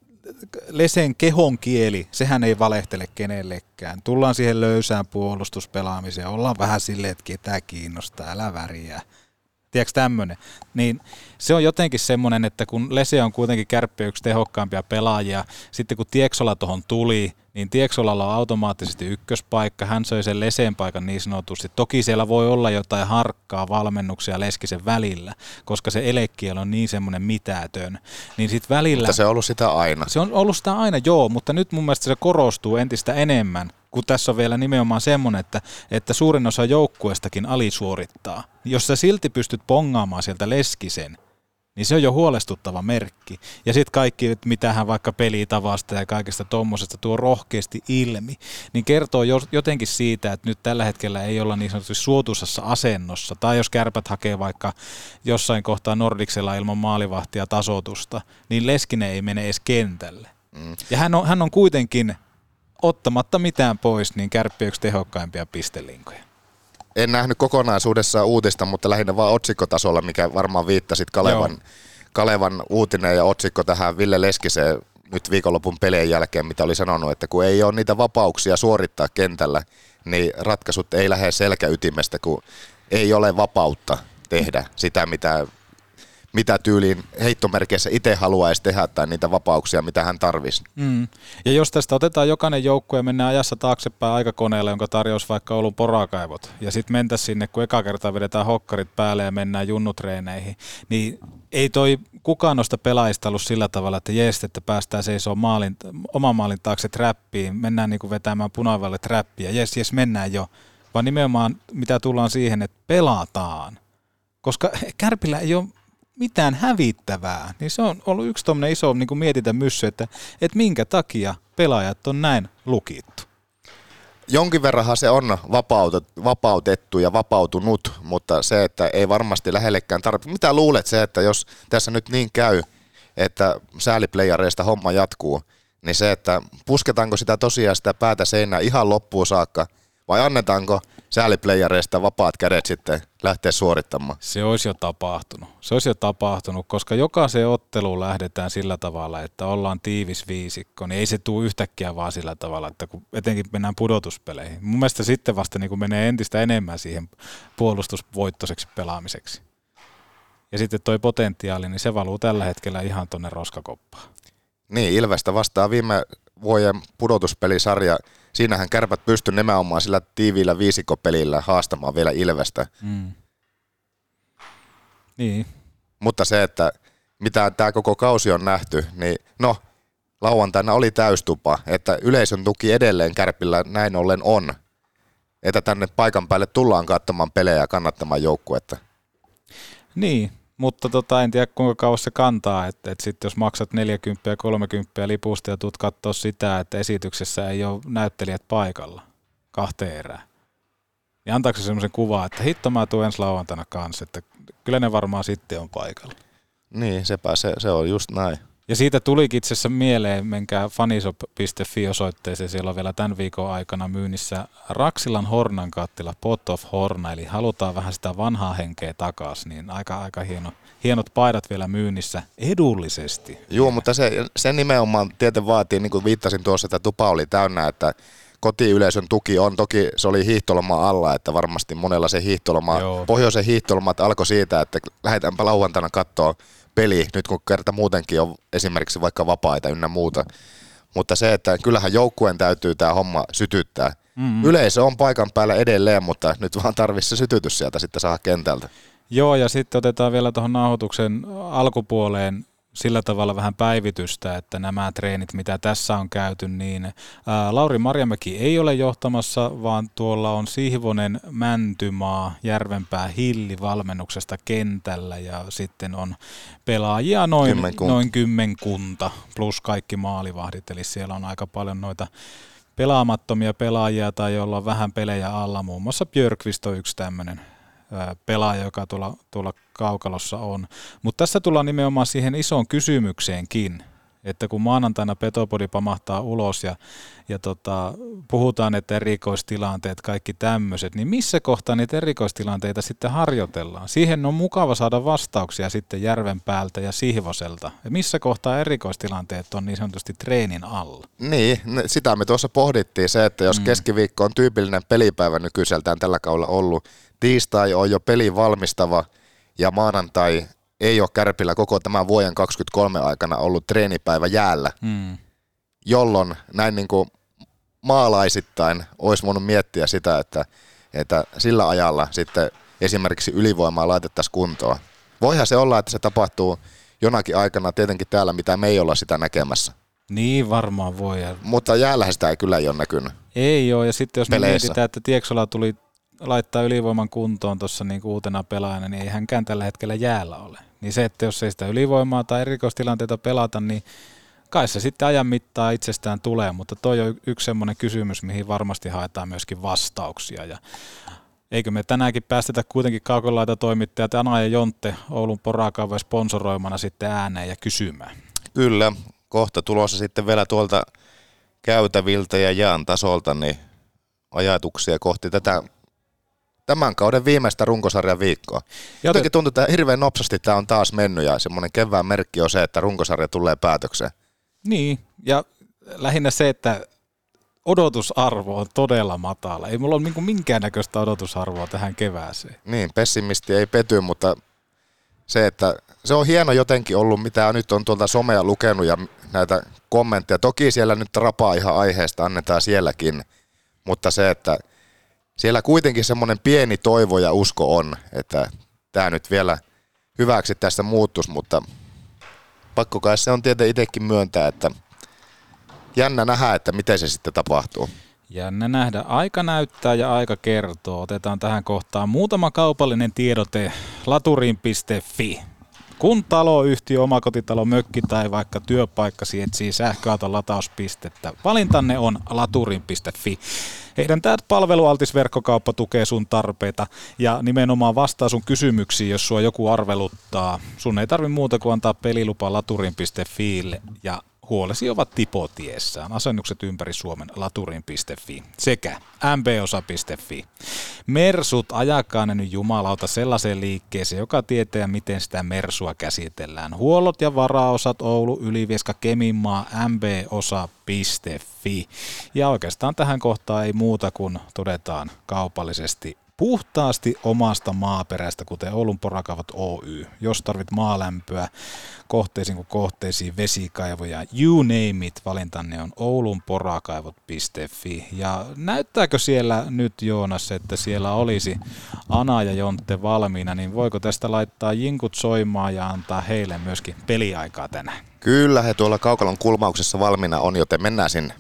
Lesen kehon kieli, sehän ei valehtele kenellekään. Tullaan siihen löysään puolustuspelaamiseen, ollaan vähän silleen, että ketä kiinnostaa, älä väriä. Tiedätkö tämmöinen? Niin se on jotenkin semmoinen, että kun Lese on kuitenkin Kärppien yksi tehokkaampia pelaajia, sitten kun Tieksola tuohon tuli, niin Tieksolalla on automaattisesti ykköspaikka, hän söi sen Leseen paikan niin sanotusti. Toki siellä voi olla jotain harkkaa valmennuksia Leskisen välillä, koska se elekiel on niin semmoinen mitätön. Niin sit välillä, mutta se on ollut sitä aina. Se on ollut sitä aina, joo, mutta nyt mun mielestä se korostuu entistä enemmän, kun tässä on vielä nimenomaan semmoinen, että, että suurin osa joukkueestakin alisuorittaa. Jos sä silti pystyt pongaamaan sieltä Leskisen, niin se on jo huolestuttava merkki. Ja sitten kaikki, mitä hän vaikka pelitavasta ja kaikesta tommosesta tuo rohkeasti ilmi, niin kertoo jotenkin siitä, että nyt tällä hetkellä ei olla niin sanotusti suotuisassa asennossa. Tai jos Kärpät hakee vaikka jossain kohtaa Nordicsella ilman maalivahtia tasoitusta, niin Leskinen ei mene edes kentälle. Mm. Ja hän on, hän on kuitenkin ottamatta mitään pois, niin Kärppien yksi tehokkaimpia pistelinkoja. En nähnyt kokonaisuudessaan uutista, mutta lähinnä vaan otsikkotasolla, mikä varmaan viittasit Kalevan, Kalevan uutinen ja otsikko tähän Ville Leskiseen nyt viikonlopun pelien jälkeen, mitä oli sanonut, että kun ei ole niitä vapauksia suorittaa kentällä, niin ratkaisut ei lähde selkäytimestä, kun ei ole vapautta tehdä sitä, mitä, mitä tyyliin heittomerkeissä itse haluaisi tehdä tai niitä vapauksia, mitä hän tarvisi. Mm. Ja jos tästä otetaan jokainen joukkue ja mennään ajassa taaksepäin aikakoneelle, jonka tarjosi vaikka Oulun porakaivot, ja sitten mentäisiin sinne, kun eka kertaa vedetään hokkarit päälle ja mennään junnutreeneihin, niin ei toi kukaan noista pelaajista ollut sillä tavalla, että jees, että päästään seisoo maalin, oman maalin taakse trappiin, mennään niin kuin vetämään punavalle trappia, jes, jes, mennään jo, vaan nimenomaan mitä tullaan siihen, että pelataan, koska Kärpillä ei ole mitään hävittävää, niin se on ollut yksi tuommoinen iso niin kuin mietitä myssy, että, että minkä takia pelaajat on näin lukittu. Jonkin verranhan se on vapautettu ja vapautunut, mutta se, että ei varmasti lähellekään tarvitse. Mitä luulet se, että jos tässä nyt niin käy, että sääliplayereista homma jatkuu, niin se, että pusketaanko sitä tosiaan sitä päätä seinään ihan loppuun saakka, vai annetaanko sääliplayereista vapaat kädet sitten lähteä suorittamaan? Se olisi jo tapahtunut. Se olisi jo tapahtunut, koska jokaiseen otteluun lähdetään sillä tavalla, että ollaan tiivis viisikko, niin ei se tule yhtäkkiä vaan sillä tavalla, että kun etenkin mennään pudotuspeleihin. Mun mielestä sitten vasta niin kun menee entistä enemmän siihen puolustusvoittoiseksi pelaamiseksi. Ja sitten toi potentiaali, niin se valuu tällä hetkellä ihan tonne roskakoppaan. Niin, Ilvestä vastaa viime vuoden pudotuspelisarja. Siinähän Kärpät pystyi nimenomaan sillä tiiviillä viisikkopelillä haastamaan vielä Ilvestä. Mm. Niin. Mutta se, että mitä tämä koko kausi on nähty, niin no, lauantaina oli täystupa, että yleisön tuki edelleen Kärpillä näin ollen on. Että tänne paikan päälle tullaan katsomaan pelejä ja kannattamaan joukkuetta. Niin. Mutta tota, en tiedä kuinka kauas se kantaa, että, että sitten jos maksat neljäkymmentä ja kolmekymmentä lipusta ja tulet katsoa sitä, että esityksessä ei ole näyttelijät paikalla kahteen erään, niin antaako se semmoisen kuvan, että hitto mä tuun ensi lauantaina kanssa, että kyllä ne varmaan sitten on paikalla. Niin, sepä se, se on just näin. Ja siitä tulikin itse asiassa mieleen, menkää fanisop piste fi osoitteeseen, siellä on vielä tämän viikon aikana myynnissä Raksilan Hornan kattila, Pot of Horna, eli halutaan vähän sitä vanhaa henkeä takaisin, niin aika, aika hieno, hienot paidat vielä myynnissä edullisesti. Joo, mutta se, se nimenomaan tietenkin vaatii, niin kuin viittasin tuossa, että tupa oli täynnä, että kotiyleisön tuki on, toki se oli hiihtoloma alla, että varmasti monella se hiihtoloma, Joo. pohjoisen hiihtolomat alkoi siitä, että lähdetäänpä lauantaina katsoa peli, nyt kun kerta muutenkin on esimerkiksi vaikka vapaita ynnä muuta. Mutta se, että kyllähän joukkueen täytyy tämä homma sytyttää. Mm-hmm. Yleisö on paikan päällä edelleen, mutta nyt vaan tarvitsisi se sytytys sieltä sitten saada kentältä. Joo, ja sitten otetaan vielä tuohon nauhoituksen alkupuoleen sillä tavalla vähän päivitystä, että nämä treenit, mitä tässä on käyty, niin ää, Lauri Marjamäki ei ole johtamassa, vaan tuolla on Sihvonen, Mäntymaa, Järvenpää, Hilli valmennuksesta kentällä ja sitten on pelaajia noin kymmenkunta, noin kymmenkunta plus kaikki maalivahdit, eli siellä on aika paljon noita pelaamattomia pelaajia tai joilla on vähän pelejä alla, muun muassa Björkvist on yksi tämmöinen pelaaja, joka tuolla, tuolla kaukalossa on. Mutta tässä tullaan nimenomaan siihen isoon kysymykseenkin, että kun maanantaina Petopodi pamahtaa ulos ja, ja tota, puhutaan, että erikoistilanteet, kaikki tämmöiset, niin missä kohtaa niitä erikoistilanteita sitten harjoitellaan? Siihen on mukava saada vastauksia sitten Järvenpäältä ja Sihvoselta. Ja missä kohtaa erikoistilanteet on niin sanotusti treenin alla? Niin, sitä me tuossa pohdittiin se, että jos mm. keskiviikko on tyypillinen pelipäivä nykyiseltään tällä kaudella ollut, tiistai on jo pelin valmistava ja maanantai ei ole Kärpillä koko tämän vuoden kaksikymmentäkolme aikana ollut treenipäivä jäällä, mm. jolloin näin niin kuin maalaisittain olisi voinut miettiä sitä, että, että sillä ajalla sitten esimerkiksi ylivoimaa laitettaisiin kuntoon. Voihan se olla, että se tapahtuu jonakin aikana tietenkin täällä, mitä me ei olla sitä näkemässä. Niin varmaan voi. Mutta jäällähän sitä ei kyllä ei ole näkynyt. Ei ole, ja sitten jos me mietitään, että Tieksola tuli laittaa ylivoiman kuntoon tuossa niin uutena pelaajana, niin ei hänkään tällä hetkellä jäällä ole. Niin se, että jos ei sitä ylivoimaa tai erikoistilanteita pelata, niin kai se sitten ajan mittaan itsestään tulee, mutta toi on yksi semmoinen kysymys, mihin varmasti haetaan myöskin vastauksia. Ja eikö me tänäänkin päästetä kuitenkin kaukolaita toimittajat Ana ja Jontte Oulun Porakauvoja sponsoroimana sitten ääneen ja kysymään? Kyllä, kohta tulossa sitten vielä tuolta käytäviltä ja jään tasolta niin ajatuksia kohti tätä tämän kauden viimeistä runkosarjan viikkoa. Jotenkin tuntuu, että hirveän nopsasti tämä on taas mennyt ja semmoinen kevään merkki on se, että runkosarja tulee päätökseen. Niin, ja lähinnä se, että odotusarvo on todella matala. Ei mulla ole niin minkäännäköistä odotusarvoa tähän kevääseen. Niin, pessimisti ei pety, mutta se, että se on hieno jotenkin ollut, mitä nyt on tuolta somea lukenut ja näitä kommentteja. Toki siellä nyt rapaa ihan aiheesta, annetaan sielläkin, mutta se, että siellä kuitenkin semmoinen pieni toivo ja usko on, että tämä nyt vielä hyväksi tästä muuttuisi, mutta pakko kai se on tietenkin itsekin myöntää, että jännä nähdä, että miten se sitten tapahtuu. Jännä nähdä. Aika näyttää ja aika kertoo. Otetaan tähän kohtaan muutama kaupallinen tiedote laturiin piste fi. Kun taloyhtiö, omakotitalo, mökki tai vaikka työpaikkasi etsii sähköauton latauspistettä, valintanne on laturin piste fi. Heidän tämä palvelualtis verkkokauppa tukee sun tarpeita ja nimenomaan vastaa sun kysymyksiin, jos sua joku arveluttaa. Sun ei tarvitse muuta kuin antaa pelilupa laturin piste fiille ja huolesi ovat tipotiessään. Asennukset ympäri Suomen laturin piste fi sekä m b osa piste fi. Mersut, ajakaa ne nyt jumalauta sellaiseen liikkeeseen, joka tietää, miten sitä mersua käsitellään. Huollot ja varaosat Oulu, Ylivieska, Keminmaa, m b osa piste fi. Ja oikeastaan tähän kohtaan ei muuta kuin todetaan kaupallisesti puhtaasti omasta maaperästä, kuten Oulun Porakauvat Oy. Jos tarvit maalämpöä kohteisiin kuin kohteisiin, vesikaivoja, you name it, valintanne on oulun porakaivot piste fi. Ja näyttääkö siellä nyt, Joonas, että siellä olisi Ana ja Jontte valmiina, niin voiko tästä laittaa jinkut soimaan ja antaa heille myöskin peliaikaa tänään? Kyllä, he tuolla kaukalon kulmauksessa valmiina on, joten mennään sinne.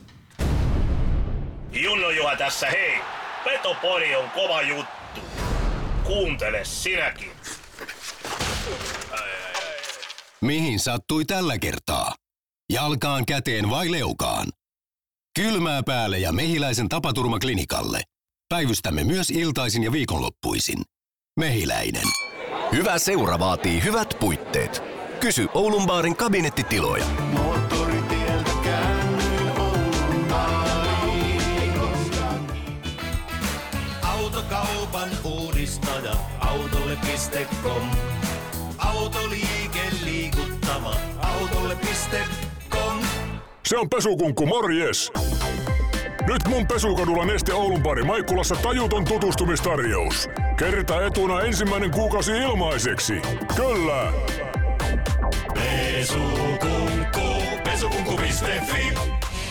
Junno Juha tässä, hei! Petopodi on kova juttu. Kuuntele sinäkin. Mihin sattui tällä kertaa? Jalkaan, käteen vai leukaan? Kylmää päälle ja Mehiläisen tapaturmaklinikalle. Päivystämme myös iltaisin ja viikonloppuisin. Mehiläinen. Hyvä seura vaatii hyvät puitteet. Kysy Oulun baarin kabinettitiloja. Autokaupan uudistaja autolle piste com. Autoliike liikuttava autolle piste com. Se on Pesukunkku, morjes! Nyt mun Pesukadulla Neste Oulun baari Maikkulassa tajuton tutustumistarjous. Kerta etuna ensimmäinen kuukausi ilmaiseksi. Kyllä! Pesukunkku, pesukunkku piste fi.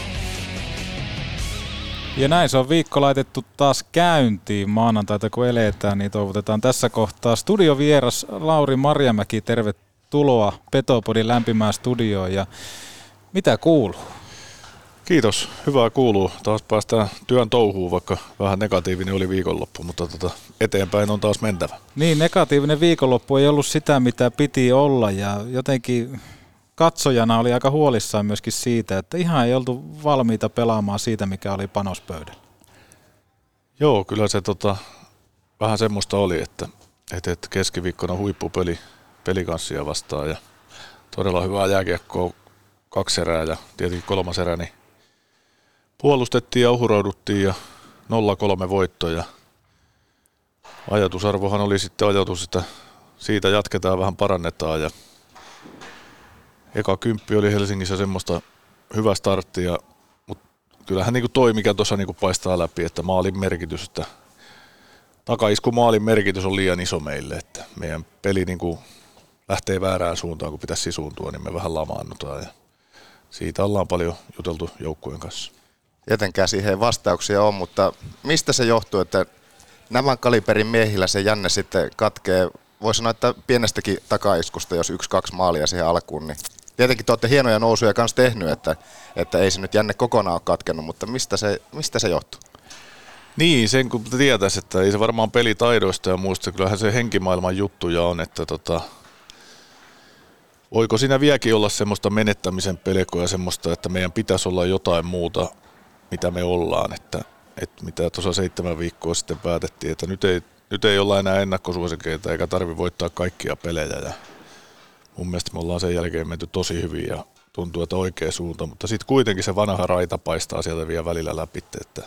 Ja näin se on viikko laitettu taas käyntiin. Maanantaita kun eletään, niin toivotetaan tässä kohtaa studiovieras Lauri Marjamäki. Tervetuloa Petopodin lämpimään studioon. Ja mitä kuuluu? Kiitos. Hyvää kuuluu. Taas päästään työn touhuun, vaikka vähän negatiivinen oli viikonloppu, mutta tota, eteenpäin on taas mentävä. Niin, negatiivinen viikonloppu ei ollut sitä, mitä piti olla, ja jotenkin katsojana oli aika huolissaan myöskin siitä, että ihan ei oltu valmiita pelaamaan siitä, mikä oli panospöydällä. Joo, kyllä se tota, vähän semmoista oli, että, että, että keskiviikkona huippupeli pelikanssia vastaan ja todella hyvää jääkiekkoa, kaksi erää ja tietenkin kolmas erä, niin puolustettiin ja uhuroiduttiin ja nolla kolme voittoja. Ajatusarvohan oli sitten ajatus, että siitä jatketaan, vähän parannetaan ja eka kymppi oli Helsingissä semmoista hyvä starttia, mutta kyllähän niinku toi, mikä tuossa niinku paistaa läpi, että maalin merkitys, että takaisku maalin merkitys on liian iso meille, että meidän peli niinku lähtee väärään suuntaan, kun pitäisi sisuuntua, niin me vähän lamaannutaan ja siitä ollaan paljon juteltu joukkueen kanssa. Tietenkään siihen ei vastauksia on, mutta mistä se johtuu, että nämä kaliberin miehillä se jänne sitten katkee? Voi sanoa, että pienestäkin takaiskusta, jos yksi, kaksi maalia siihen alkuun, niin tietenkin te olette hienoja nousuja kanssa tehnyt, että, että ei se nyt jänne kokonaan ole katkennut, mutta mistä se, mistä se johtuu? Niin, sen kun tietäisi, että ei se varmaan pelitaidoista ja muista, kyllähän se henkimaailman juttuja on, että tota, voiko siinä vieläkin olla semmoista menettämisen pelkoa ja semmoista, että meidän pitäisi olla jotain muuta, mitä me ollaan, että, että mitä tuossa seitsemän viikkoa sitten päätettiin, että nyt ei, nyt ei olla enää ennakkosuosikeita eikä tarvitse voittaa kaikkia pelejä ja mun mielestä me ollaan sen jälkeen menty tosi hyvin ja tuntuu, että oikea suunta, mutta sitten kuitenkin se vanha raita paistaa sieltä vielä välillä läpi, että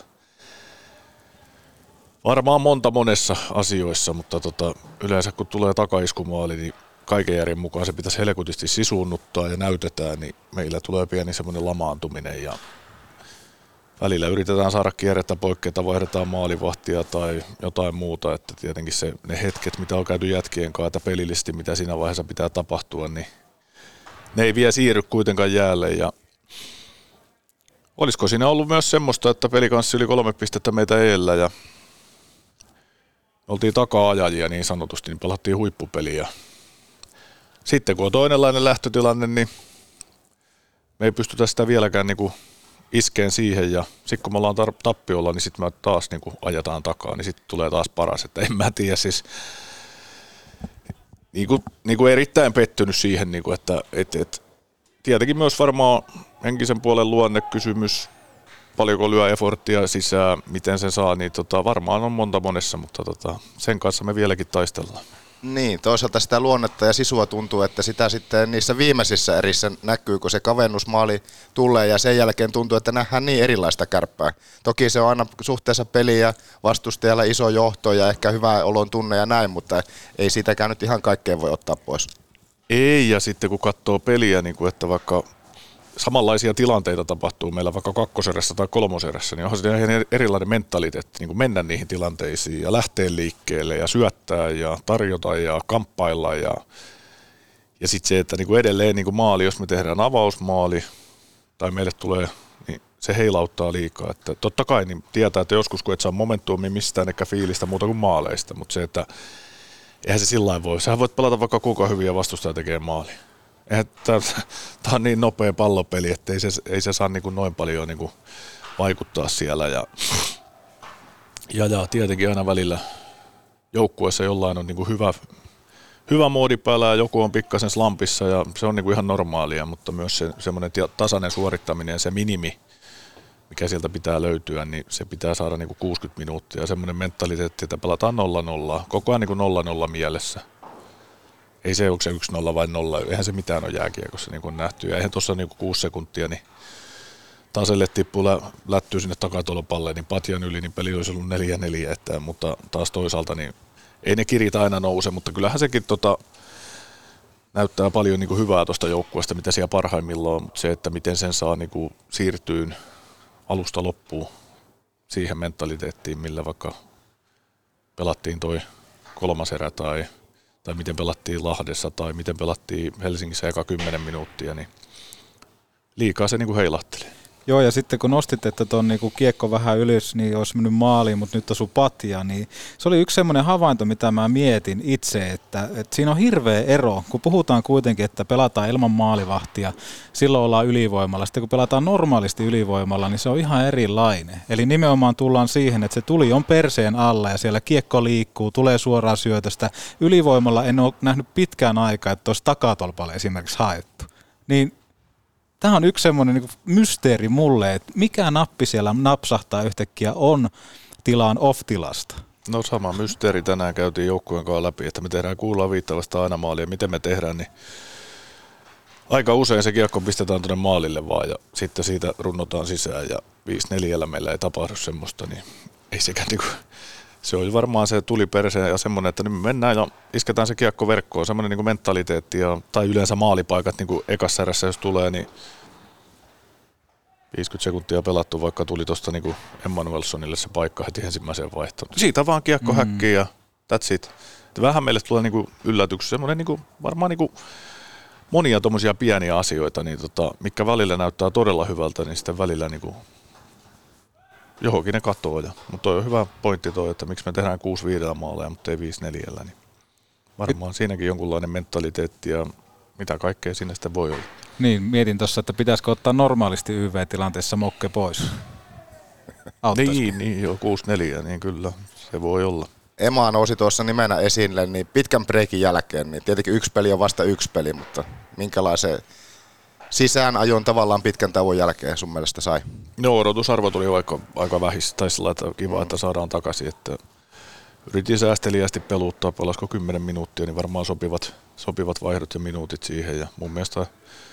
varmaan monta monessa asioissa, mutta tota, yleensä kun tulee takaiskumaali, niin kaiken järjen mukaan se pitäisi helkutisti sisuunnuttaa ja näytetään, niin meillä tulee pieni semmoinen lamaantuminen ja välillä yritetään saada kierrettä poikkeita, vaihdetaan maalivahtia tai jotain muuta, että tietenkin se, ne hetket, mitä on käyty jätkien kanssa, että pelillisesti, mitä siinä vaiheessa pitää tapahtua, niin ne ei vielä siirry kuitenkaan jäälle. Ja olisiko siinä ollut myös semmoista, että pelikanssi yli kolme pistettä meitä eellä ja oltiin taka-ajajia niin sanotusti, niin pelattiin huippupeliä. Sitten kun on toinenlainen lähtötilanne, niin me ei pystytä sitä vieläkään niinku iskeen siihen ja sitten kun me ollaan tar- tappiolla, niin sitten me taas niin kuin ajetaan takaa, niin sitten tulee taas paras. Että en mä tiedä siis, niin kuin, niin kuin erittäin pettynyt siihen, niin kuin, että et, et, tietenkin myös varmaan henkisen puolen luonnekysymys, paljonko lyö efforttia sisään, miten sen saa, niin tota, varmaan on monta monessa, mutta tota, sen kanssa me vieläkin taistellaan. Niin, toisaalta sitä luonnetta ja sisua tuntuu, että sitä sitten niissä viimeisissä erissä näkyy, kun se kavennusmaali tulee ja sen jälkeen tuntuu, että nähdään niin erilaista Kärppää. Toki se on aina suhteessa peli ja vastustajalla iso johto ja ehkä hyvä olon tunne ja näin, mutta ei siitäkään nyt ihan kaikkea voi ottaa pois. Ei, ja sitten kun katsoo peliä, niin kuin että vaikka samanlaisia tilanteita tapahtuu meillä vaikka kakkoserässä tai kolmoserässä, niin onhan se ihan erilainen mentaliteetti niin kuin mennä niihin tilanteisiin ja lähteä liikkeelle ja syöttää ja tarjota ja kamppailla. Ja, ja sitten se, että niin kuin edelleen niin kuin maali, jos me tehdään avausmaali tai meille tulee, niin se heilauttaa liikaa. Että totta kai niin tietää, että joskus kun et saa momentumia mistään eikä fiilistä muuta kuin maaleista, mutta se, että eihän se sillä voi. Sähän voit pelata vaikka kuinka hyvin ja vastustaja tekee maali. Tämä on niin nopea pallopeli, että ei se, ei se saa niin kuin noin paljon niin kuin vaikuttaa siellä. Ja, ja, ja tietenkin aina välillä joukkueessa jollain on niin kuin hyvä, hyvä moodi päällä ja joku on pikkasen slampissa ja se on niin kuin ihan normaalia, mutta myös se semmoinen tasainen suorittaminen ja se minimi, mikä sieltä pitää löytyä, niin se pitää saada niin kuin kuusikymmentä minuuttia. Ja semmoinen mentaliteetti, että pelataan nolla nolla, koko ajan niin kuin nolla nolla mielessä. Ei se, onko se yksi nolla vai nolla, eihän se mitään ole jääkiekossa niin kuin nähty. Ja eihän tuossa niin kuin kuusi sekuntia, niin Taselle tippuu lä- lättyy sinne takatolopalle, niin patjan yli, niin peli olisi ollut neljä neljä, että, mutta taas toisaalta, niin ei ne kirit aina nouse, mutta kyllähän sekin tota, näyttää paljon niin kuin hyvää tuosta joukkueesta, mitä siellä parhaimmillaan on, mutta se, että miten sen saa niin kuin siirtyyn alusta loppuun siihen mentaliteettiin, millä vaikka pelattiin toi kolmas erä tai tai miten pelattiin Lahdessa tai miten pelattiin Helsingissä eka kymmenen minuuttia, niin liikaa se niin kuin heilahtelee. Joo, ja sitten kun nostit, että tuon niinku kiekko vähän ylös, niin olisi mennyt maaliin, mutta nyt osui patjaa, niin se oli yksi semmoinen havainto, mitä mä mietin itse, että, että siinä on hirveä ero, kun puhutaan kuitenkin, että pelataan ilman maalivahtia, silloin ollaan ylivoimalla. Sitten kun pelataan normaalisti ylivoimalla, niin se on ihan erilainen. Eli nimenomaan tullaan siihen, että se tuli on perseen alla ja siellä kiekko liikkuu, tulee suoraan syötöstä. Ylivoimalla en ole nähnyt pitkään aikaa, että olisi takatolpalle esimerkiksi haettu. Niin tämä on yksi semmoinen niin mysteeri mulle, että mikä nappi siellä napsahtaa yhtäkkiä on tilaan off-tilasta. No sama mysteeri tänään käytiin joukkueen kanssa läpi, että me tehdään kuullaan viittavasta aina maalia. Miten me tehdään, niin aika usein se kiekko pistetään tuonne maalille vaan ja sitten siitä runnotaan sisään ja viisi neljällä meillä ei tapahdu semmoista, niin ei sekään niinku, se oli varmaan se tuli perseen ja semmoinen, että nyt me mennään ja isketään se kiekko verkkoon, semmoinen niinku mentaliteetti ja, tai yleensä maalipaikat niinku ekassa erässä jos tulee, niin viisikymmentä sekuntia pelattu, vaikka tuli tuosta niinku Emmanuelsonille se paikka heti ensimmäiseen vaihtoon. Siitä vaan kiekko mm. häkkiin ja that's it. Vähän meille tulee niinku yllätyksiä, semmoinen niinku, varmaan niinku monia tommosia pieniä asioita, niin tota, mikä välillä näyttää todella hyvältä, niin sitten välillä niinku johonkin ne katoaa. Mutta toi on hyvä pointti toi, että miksi me tehdään kuusi viidellä maaleja, mutta ei viisi neljällä. Niin varmaan Et... siinäkin jonkunlainen mentaliteetti ja mitä kaikkea siinä sitten voi olla. Niin, mietin tuossa, että pitäisikö ottaa normaalisti Y V-tilanteessa mokke pois. niin, niin, joo, kuusi neljä, niin kyllä, se voi olla. Ema nousi tuossa nimenä esille, niin pitkän breikin jälkeen, niin tietenkin yksi peli on vasta yksi peli, mutta minkälaisen sisäänajon tavallaan pitkän tauon jälkeen sun mielestä sai? No odotusarvo tuli vaikka aika vähissä, tai sillä että kiva, että saadaan takaisin, että yritin säästeliästi peluuttaa, pelasko kymmenen minuuttia, niin varmaan sopivat, sopivat vaihdot ja minuutit siihen, ja mun mielestä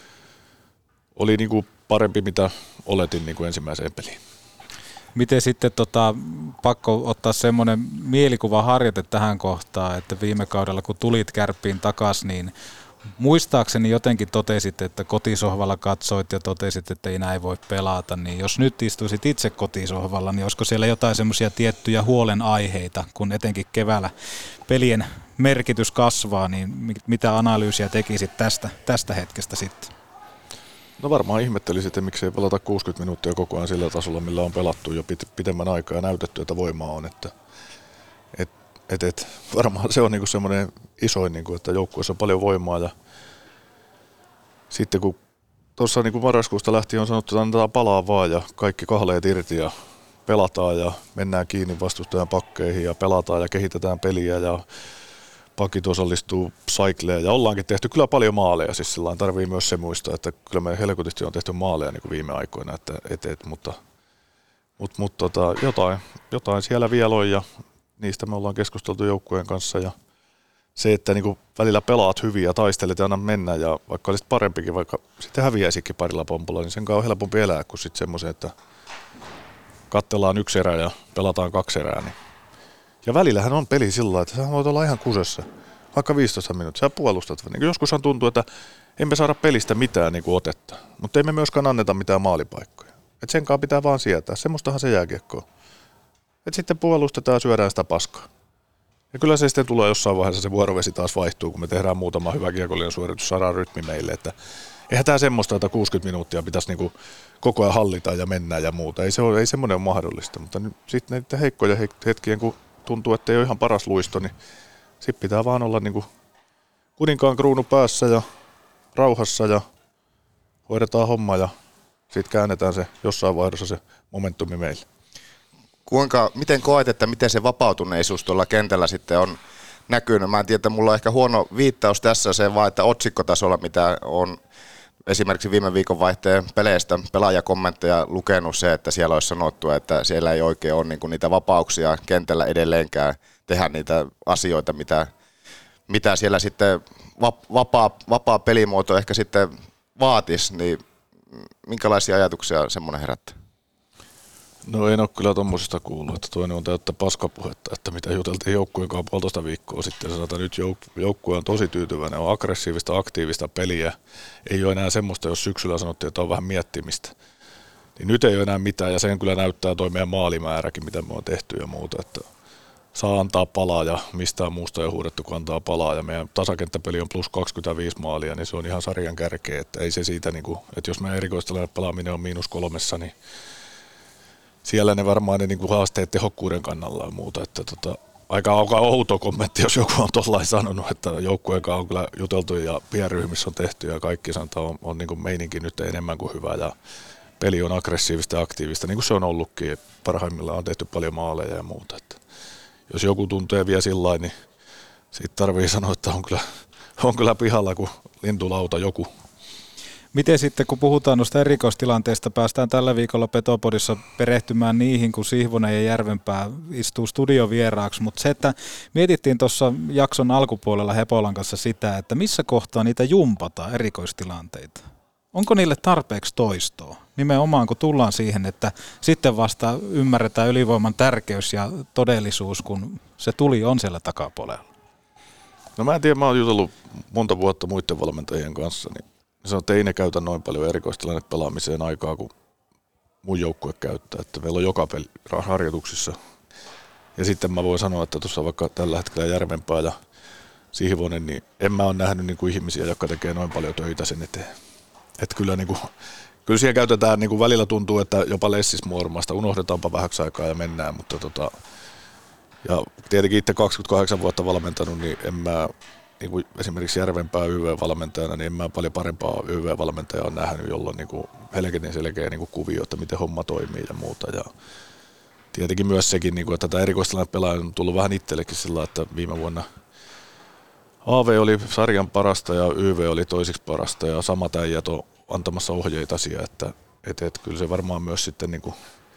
oli niinku parempi, mitä oletin niinku ensimmäiseen peliin. Miten sitten tota, pakko ottaa semmoinen mielikuvaharjoite tähän kohtaan, että viime kaudella kun tulit Kärppiin takaisin, niin muistaakseni jotenkin totesit, että kotisohvalla katsoit ja totesit, että ei näin voi pelata, niin jos nyt istuisit itse kotisohvalla, niin olisiko siellä jotain semmoisia tiettyjä huolenaiheita, kun etenkin keväällä pelien merkitys kasvaa, niin mitä analyysiä tekisit tästä, tästä hetkestä sitten? No varmaan ihmettelisin, että miksei pelata kuusikymmentä minuuttia koko ajan sillä tasolla, millä on pelattu jo pitemmän aikaa ja näytetty, että voimaa on. Että, et, et, et, varmaan se on niinku semmoinen isoin, niinku, että joukkueessa on paljon voimaa. Ja sitten kun tuossa niinku marraskuusta lähtien on sanottu, että annetaan palaa vaan ja kaikki kahleet irti ja pelataan ja mennään kiinni vastustajan pakkeihin ja pelataan ja kehitetään peliä ja pakit osallistuu cycleen ja ollaankin tehty kyllä paljon maaleja, siis sillä tarvii myös se muistaa, että kyllä me helkutisti on tehty maaleja niin kuin viime aikoina, että et, et, mutta, mutta, mutta tota, jotain, jotain siellä vielä on ja niistä me ollaan keskusteltu joukkueen kanssa ja se, että niin kuin välillä pelaat hyvin ja taistelet ja anna mennä ja vaikka olisit parempikin, vaikka sitten häviäisikin parilla pompulla, niin sen kanssa on helpompi elää kuin sitten semmoisen, että katsellaan yksi erä ja pelataan kaksi erää, niin ja välillähän on peli sillä lailla, että sä voit olla ihan kusessa, vaikka viisitoista minuuttia, sä puolustat. Niin joskushan tuntuu, että emme saada pelistä mitään niin kuin otetta, mutta emme myöskään anneta mitään maalipaikkoja. Et senkaan pitää vaan sietää, semmoistahan se jääkiekko on. Et sitten puolustetaan ja syödään sitä paskaa. Ja kyllä se sitten tulee jossain vaiheessa, se vuorovesi taas vaihtuu, kun me tehdään muutama hyvä kiekollinen suoritus, saadaan rytmi meille. Että eihän tämä semmoista, että kuusikymmentä minuuttia pitäisi niin kuin koko ajan hallita ja mennä ja muuta. Ei, se ole, ei semmoinen ole mahdollista, mutta sitten näiden heikkoja hetkien, kun tuntuu, että ei ole ihan paras luisto, niin sitten pitää vaan olla niin kuin kuninkaan kruunu päässä ja rauhassa ja hoidetaan homma ja sitten käännetään se jossain vaiheessa se momentumi meille. Kuinka, miten koet, että miten se vapautuneisuus tuolla kentällä sitten on näkynyt? Mä en tiedä, että mulla on ehkä huono viittaus tässä se vaan, että otsikkotasolla, mitä on esimerkiksi viime viikon vaihteen peleistä pelaajakommentteja lukenut se, että siellä olisi sanottu, että siellä ei oikein ole niinku niitä vapauksia kentällä edelleenkään tehdä niitä asioita, mitä, mitä siellä sitten vapaa, vapaa pelimuoto ehkä sitten vaatisi, niin minkälaisia ajatuksia semmoinen herättää? No en ole kyllä tommosista kuullut, että toinen on täyttä paskapuhetta, että mitä juteltiin joukkueen kanssa puolitoista viikkoa sitten, sanotaan, että nyt jouk- joukkue on tosi tyytyväinen, on aggressiivista, aktiivista peliä, ei ole enää semmoista, jos syksyllä sanottiin, että on vähän miettimistä, niin nyt ei ole enää mitään ja sen kyllä näyttää toi meidän maalimääräkin, mitä me on tehty ja muuta, että saa antaa palaa ja mistään muusta ei huudettu, kun antaa palaa. Ja meidän tasakenttäpeli on plus kaksikymmentäviisi maalia, niin se on ihan sarjan kärkeä. Että ei se siitä, niin kuin, että jos meidän erikoistilanne pelaaminen on miinus kolmessa, niin siellä ne varmaan ne niin kuin haasteet tehokkuuden kannalla ja muuta. Että tota, aika outo kommentti, jos joku on tollain sanonut, että joukkueen kanssa on kyllä juteltu ja pienryhmissä on tehty ja kaikki sanotaan, on, on niin kuin meininki nyt enemmän kuin hyvä ja peli on aggressiivista ja aktiivista, niin kuin se on ollutkin. Parhaimmillaan on tehty paljon maaleja ja muuta. Että jos joku tuntee vielä sillä niin siitä tarvii sanoa, että on kyllä, on kyllä pihalla kuin lintulauta joku. Miten sitten, kun puhutaan noista erikoistilanteista, päästään tällä viikolla Petopodissa perehtymään niihin, kun Sihvonen ja Järvenpää istuu studiovieraaksi, mutta se, että mietittiin tuossa jakson alkupuolella Hepolan kanssa sitä, että missä kohtaa niitä jumpataan erikoistilanteita. Onko niille tarpeeksi toistoa? Nimenomaan kun tullaan siihen, että sitten vasta ymmärretään ylivoiman tärkeys ja todellisuus, kun se tuli on siellä takapuolella. No mä en tiedä, mä oon jutellut monta vuotta muiden valmentajien kanssa, niin se on, että ei ne käytä noin paljon erikoistilanne pelaamiseen aikaa kuin mun joukkue käyttää. Että meillä on joka peli harjoituksissa. Ja sitten mä voin sanoa, että tuossa vaikka tällä hetkellä Järvenpää ja Sihvonen, niin en mä ole nähnyt niin kuin ihmisiä, jotka tekee noin paljon töitä sen eteen. Että kyllä, niin kuin, kyllä siihen käytetään, niin kuin välillä tuntuu, että jopa lessismuormasta, unohdetaanpa vähäksi aikaa ja mennään. Mutta tota, ja tietenkin itse kaksikymmentäkahdeksan vuotta valmentanut, niin en mä niin kuin esimerkiksi Järvenpää Y V-valmentajana, niin en mä paljon parempaa Y V-valmentajaa ole nähnyt, jolloin niin kuin helketin selkeä niin kuin kuvio, että miten homma toimii ja muuta. Ja tietenkin myös sekin, niin kuin, että tätä erikoistilanne pelaaja on tullut vähän itsellekin sillä, että viime vuonna A V oli sarjan parasta ja Y V oli toisiksi parasta ja samat äijät on antamassa ohjeita siihen, että, että, että kyllä se varmaan myös sitten niin kuin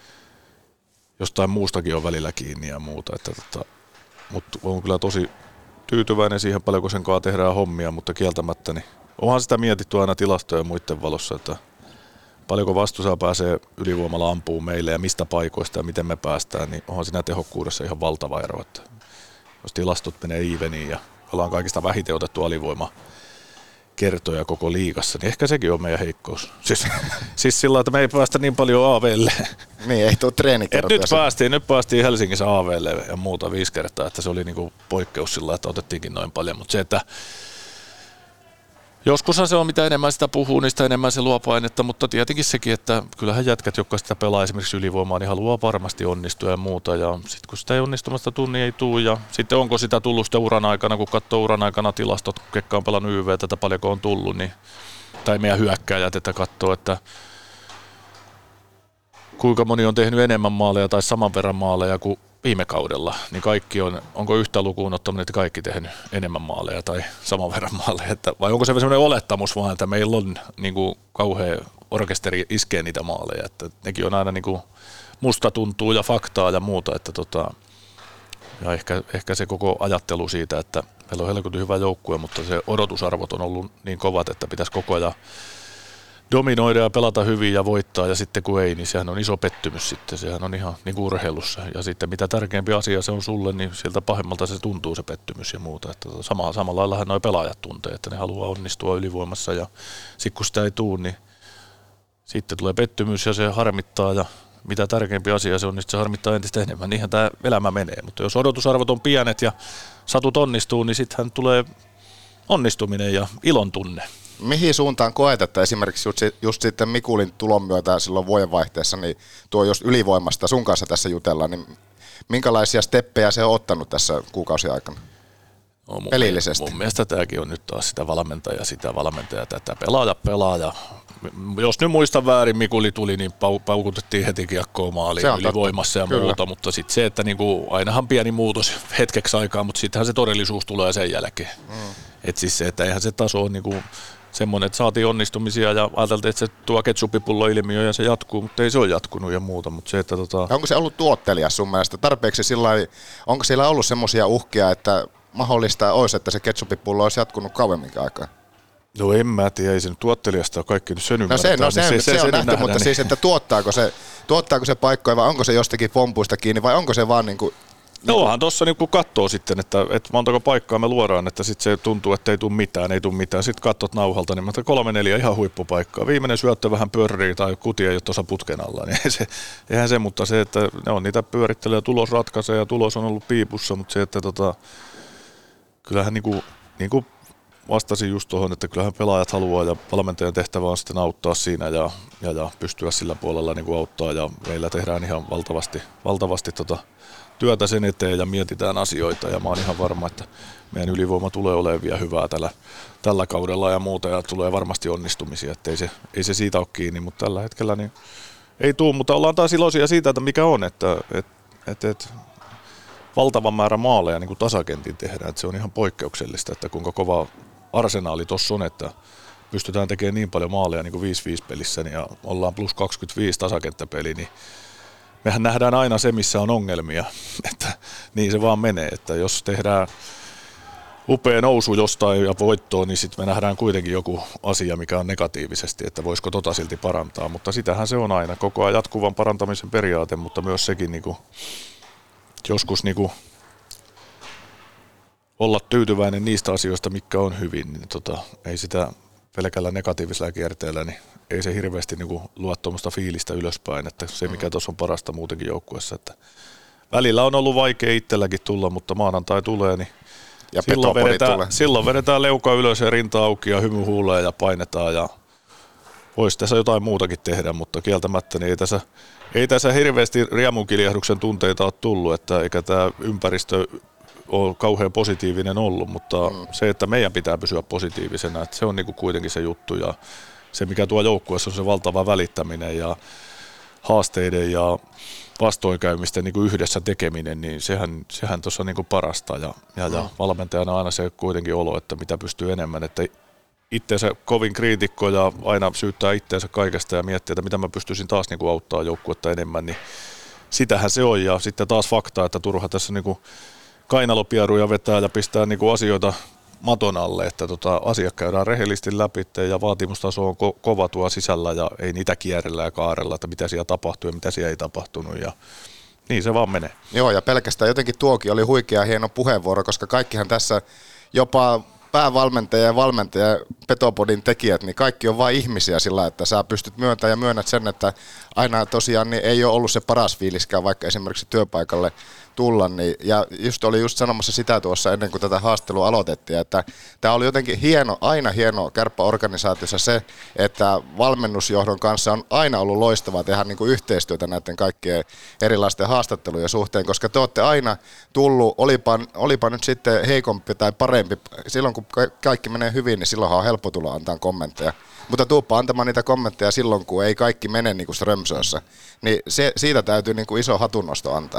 jostain muustakin on välillä kiinni ja muuta. Että, että, mutta on kyllä tosi tyytyväinen siihen, paljonko sen kanssa tehdään hommia, mutta kieltämättä niin onhan sitä mietitty aina tilastoja muiden valossa, että paljonko vastuussa pääsee ylivoimalla ampuun meille ja mistä paikoista ja miten me päästään, niin onhan siinä tehokkuudessa ihan valtava ero. Että jos tilastot menee eveniin ja ollaan kaikista vähiten otettu alivoima kertoja koko liigassa, niin ehkä sekin on meidän heikkous. Siis, siis sillä että me ei päästä niin paljon A V:lle. Niin, ei tuo treenikertoja. Nyt päästiin, nyt päästiin Helsingissä A V:lle ja muuta viisi kertaa, että se oli niinku poikkeus sillä, että otettiinkin noin paljon. Mutta se, että joskushan se on, mitä enemmän sitä puhuu, niin sitä enemmän se luo painetta, mutta tietenkin sekin, että kyllähän jätkät, jotka sitä pelaa esimerkiksi ylivoimaa, niin haluaa varmasti onnistua ja muuta. Ja sitten kun sitä ei onnistumasta tule, niin ei tule. Ja sitten onko sitä tullut sitä uran aikana, kun katsoo uran aikana tilastot, kekka on pelannut Y V, tätä paljonko on tullut, niin, tai meidän hyökkääjät, että katsoo, että kuinka moni on tehnyt enemmän maaleja tai saman verran maaleja kuin viime kaudella, niin kaikki on, onko yhtä lukuun ottaminen, että kaikki tehnyt enemmän maaleja tai saman verran maaleja, että, vai onko se sellainen olettamus vaan, että meillä on niin kuin kauhea orkesteri iskee niitä maaleja, että nekin on aina niin kuin musta tuntuu ja faktaa ja muuta, että tota, ja ehkä, ehkä se koko ajattelu siitä, että meillä on helkutin hyvä joukkue, mutta se odotusarvot on ollut niin kovat, että pitäisi koko ajan dominoida ja pelata hyvin ja voittaa, ja sitten kun ei, niin sehän on iso pettymys sitten, sehän on ihan niin kuin urheilussa. Ja sitten mitä tärkeämpi asia se on sulle, niin sieltä pahemmalta se tuntuu se pettymys ja muuta. Että sama, samalla laillahan nuo pelaajat tuntee, että ne haluaa onnistua ylivoimassa, ja sitten kun sitä ei tule, niin sitten tulee pettymys ja se harmittaa, ja mitä tärkeämpi asia se on, niin se harmittaa entistä enemmän. Niinhän tämä elämä menee, mutta jos odotusarvot on pienet ja satut onnistuu, niin sittenhän tulee onnistuminen ja ilon tunne. Mihin suuntaan koet, että esimerkiksi just, just sitten Mikulin tulon myötä silloin vuodenvaihteessa, niin tuo jos ylivoimasta sun kanssa tässä jutellaan, niin minkälaisia steppejä se on ottanut tässä kuukausien aikana? No, mun pelillisesti. Mun mielestä tämäkin on nyt taas sitä valmentajaa, sitä valmentajaa, tätä pelaaja, pelaaja. Jos nyt muistan väärin, Mikuli tuli, niin pau- paukutettiin heti kiekkoon maaliin ylivoimassa ja Kyllä. muuta, mutta sitten se, että niinku, ainahan pieni muutos hetkeksi aikaa, mutta sittenhän se todellisuus tulee sen jälkeen. Mm. Että siis se, että eihän se taso ole niinku semmoinen, että saatiin onnistumisia ja ajateltiin, että se tuo ketsuppipullo ilmiö ja se jatkuu, mutta ei se ole jatkunut ja muuta. Mutta se, että tota... Onko se ollut tuottelias sun mielestä tarpeeksi sillai, onko siellä ollut semmoisia uhkia, että mahdollista olisi, että se ketsuppipullo olisi jatkunut kauemminkin aikaa? No en mä tiedä, ei se nyt tuottelijasta ole kaikki nyt sen ymmärtää. No se, no se, niin se, se, se on nähty, mutta niin. Siis, että tuottaako se, tuottaako se paikkoja vai onko se jostakin pompuista kiinni vai onko se vaan niin kuin No onhan tuossa niin kun katsoo sitten, että, että montako paikkaa me luodaan, että sitten se tuntuu, että ei tule mitään, ei tule mitään. Sitten katsot nauhalta, niin mä kolme neljä ihan huippupaikkaa. Viimeinen syöttö vähän pyörii tai kuti ei ole tuossa putken alla, niin ei se, eihän se, mutta se, että ne on niitä pyörittelee ja tulos ratkaisee ja tulos on ollut piipussa, mutta se, että tota, kyllähän niin kuin, niin kuin vastasin just tuohon, että kyllähän pelaajat haluaa ja valmentajan tehtävä on sitten auttaa siinä ja, ja, ja pystyä sillä puolella niin kuin auttaa ja meillä tehdään ihan valtavasti, valtavasti tota työtä sen eteen ja mietitään asioita ja mä oon ihan varma, että meidän ylivoima tulee olemaan vielä hyvää tällä, tällä kaudella ja muuta ja tulee varmasti onnistumisia, että ei se, ei se siitä ole kiinni, mutta tällä hetkellä niin ei tule, mutta ollaan taas iloisia siitä, että mikä on, että et, et, et, valtavan määrä maaleja niin kuin tasakentin tehdään, että se on ihan poikkeuksellista, että kuinka kova arsenaali tuossa on, että pystytään tekemään niin paljon maaleja niin kuin viisi viisi pelissä ja ollaan plus kaksikymmentäviisi tasakenttäpeli, niin mehän nähdään aina se, missä on ongelmia, että niin se vaan menee, että jos tehdään upea nousu jostain ja voittoon, niin sitten me nähdään kuitenkin joku asia, mikä on negatiivisesti, että voisiko tota silti parantaa, mutta sitähän se on aina, koko ajan jatkuvan parantamisen periaate, mutta myös sekin niin kuin, joskus niin kuin, olla tyytyväinen niistä asioista, mitkä on hyvin, niin tota, ei sitä pelkällä negatiivisella kierteellä, niin ei se hirveästi niin kuin luo tuommoista fiilistä ylöspäin, että se mikä tuossa on parasta muutenkin joukkueessa, että välillä on ollut vaikea itselläkin tulla, mutta maanantai tulee, niin ja silloin, vedetään, tulee. silloin vedetään leuka ylös ja rinta auki ja hymy huuleen ja painetaan ja voisi tässä jotain muutakin tehdä, mutta kieltämättä niin ei tässä, ei tässä hirveästi riemunkiljahduksen tunteita ole tullut, että eikä tämä ympäristö ole kauhean positiivinen ollut, mutta mm. se, että meidän pitää pysyä positiivisena, että se on niin kuin kuitenkin se juttu ja se, mikä tuo joukkueessa on se valtava välittäminen ja haasteiden ja vastoinkäymisten niin kuin yhdessä tekeminen, niin sehän, sehän tuossa on niin kuin parasta ja, ja, mm. ja valmentajana aina se kuitenkin olo, että mitä pystyy enemmän, että itseensä kovin kriitikko ja aina syyttää itseensä kaikesta ja miettiä, että mitä mä pystyisin taas niin kuin auttaa joukkuetta enemmän, niin sitähän se on ja sitten taas fakta, että turha tässä niin kuin kainalopieruja vetää ja pistää niin kuin asioita maton alle, että tota, asiat käydään rehellisesti läpi ja vaatimustaso on ko- kova tuo sisällä ja ei niitä kierrellä ja kaarella, että mitä siellä tapahtuu ja mitä siellä ei tapahtunut ja niin se vaan menee. Joo ja pelkästään jotenkin tuokin oli huikea hieno puheenvuoro, koska kaikkihan tässä jopa päävalmentaja ja valmentaja, Petopodin tekijät, niin kaikki on vain ihmisiä sillä, että sä pystyt myöntämään ja myönnät sen, että aina tosiaan niin ei ole ollut se paras fiiliskään vaikka esimerkiksi työpaikalle tulla. Niin, ja just oli just sanomassa sitä tuossa ennen kuin tätä haastelua aloitettiin, että tämä oli jotenkin hieno, aina hieno kärppäorganisaatiossa se, että valmennusjohdon kanssa on aina ollut loistavaa tehdä niin kuin yhteistyötä näiden kaikkien erilaisten haastattelujen suhteen, koska te olette aina tullut, olipa, olipa nyt sitten heikompi tai parempi, silloin kun kaikki menee hyvin, niin silloinhan on helppo tulla antaa kommentteja. Mutta tuuppa antamaan niitä kommentteja silloin, kun ei kaikki mene niin kuin Strömsössä, niin se, siitä täytyy niin kuin iso hatunnosto antaa.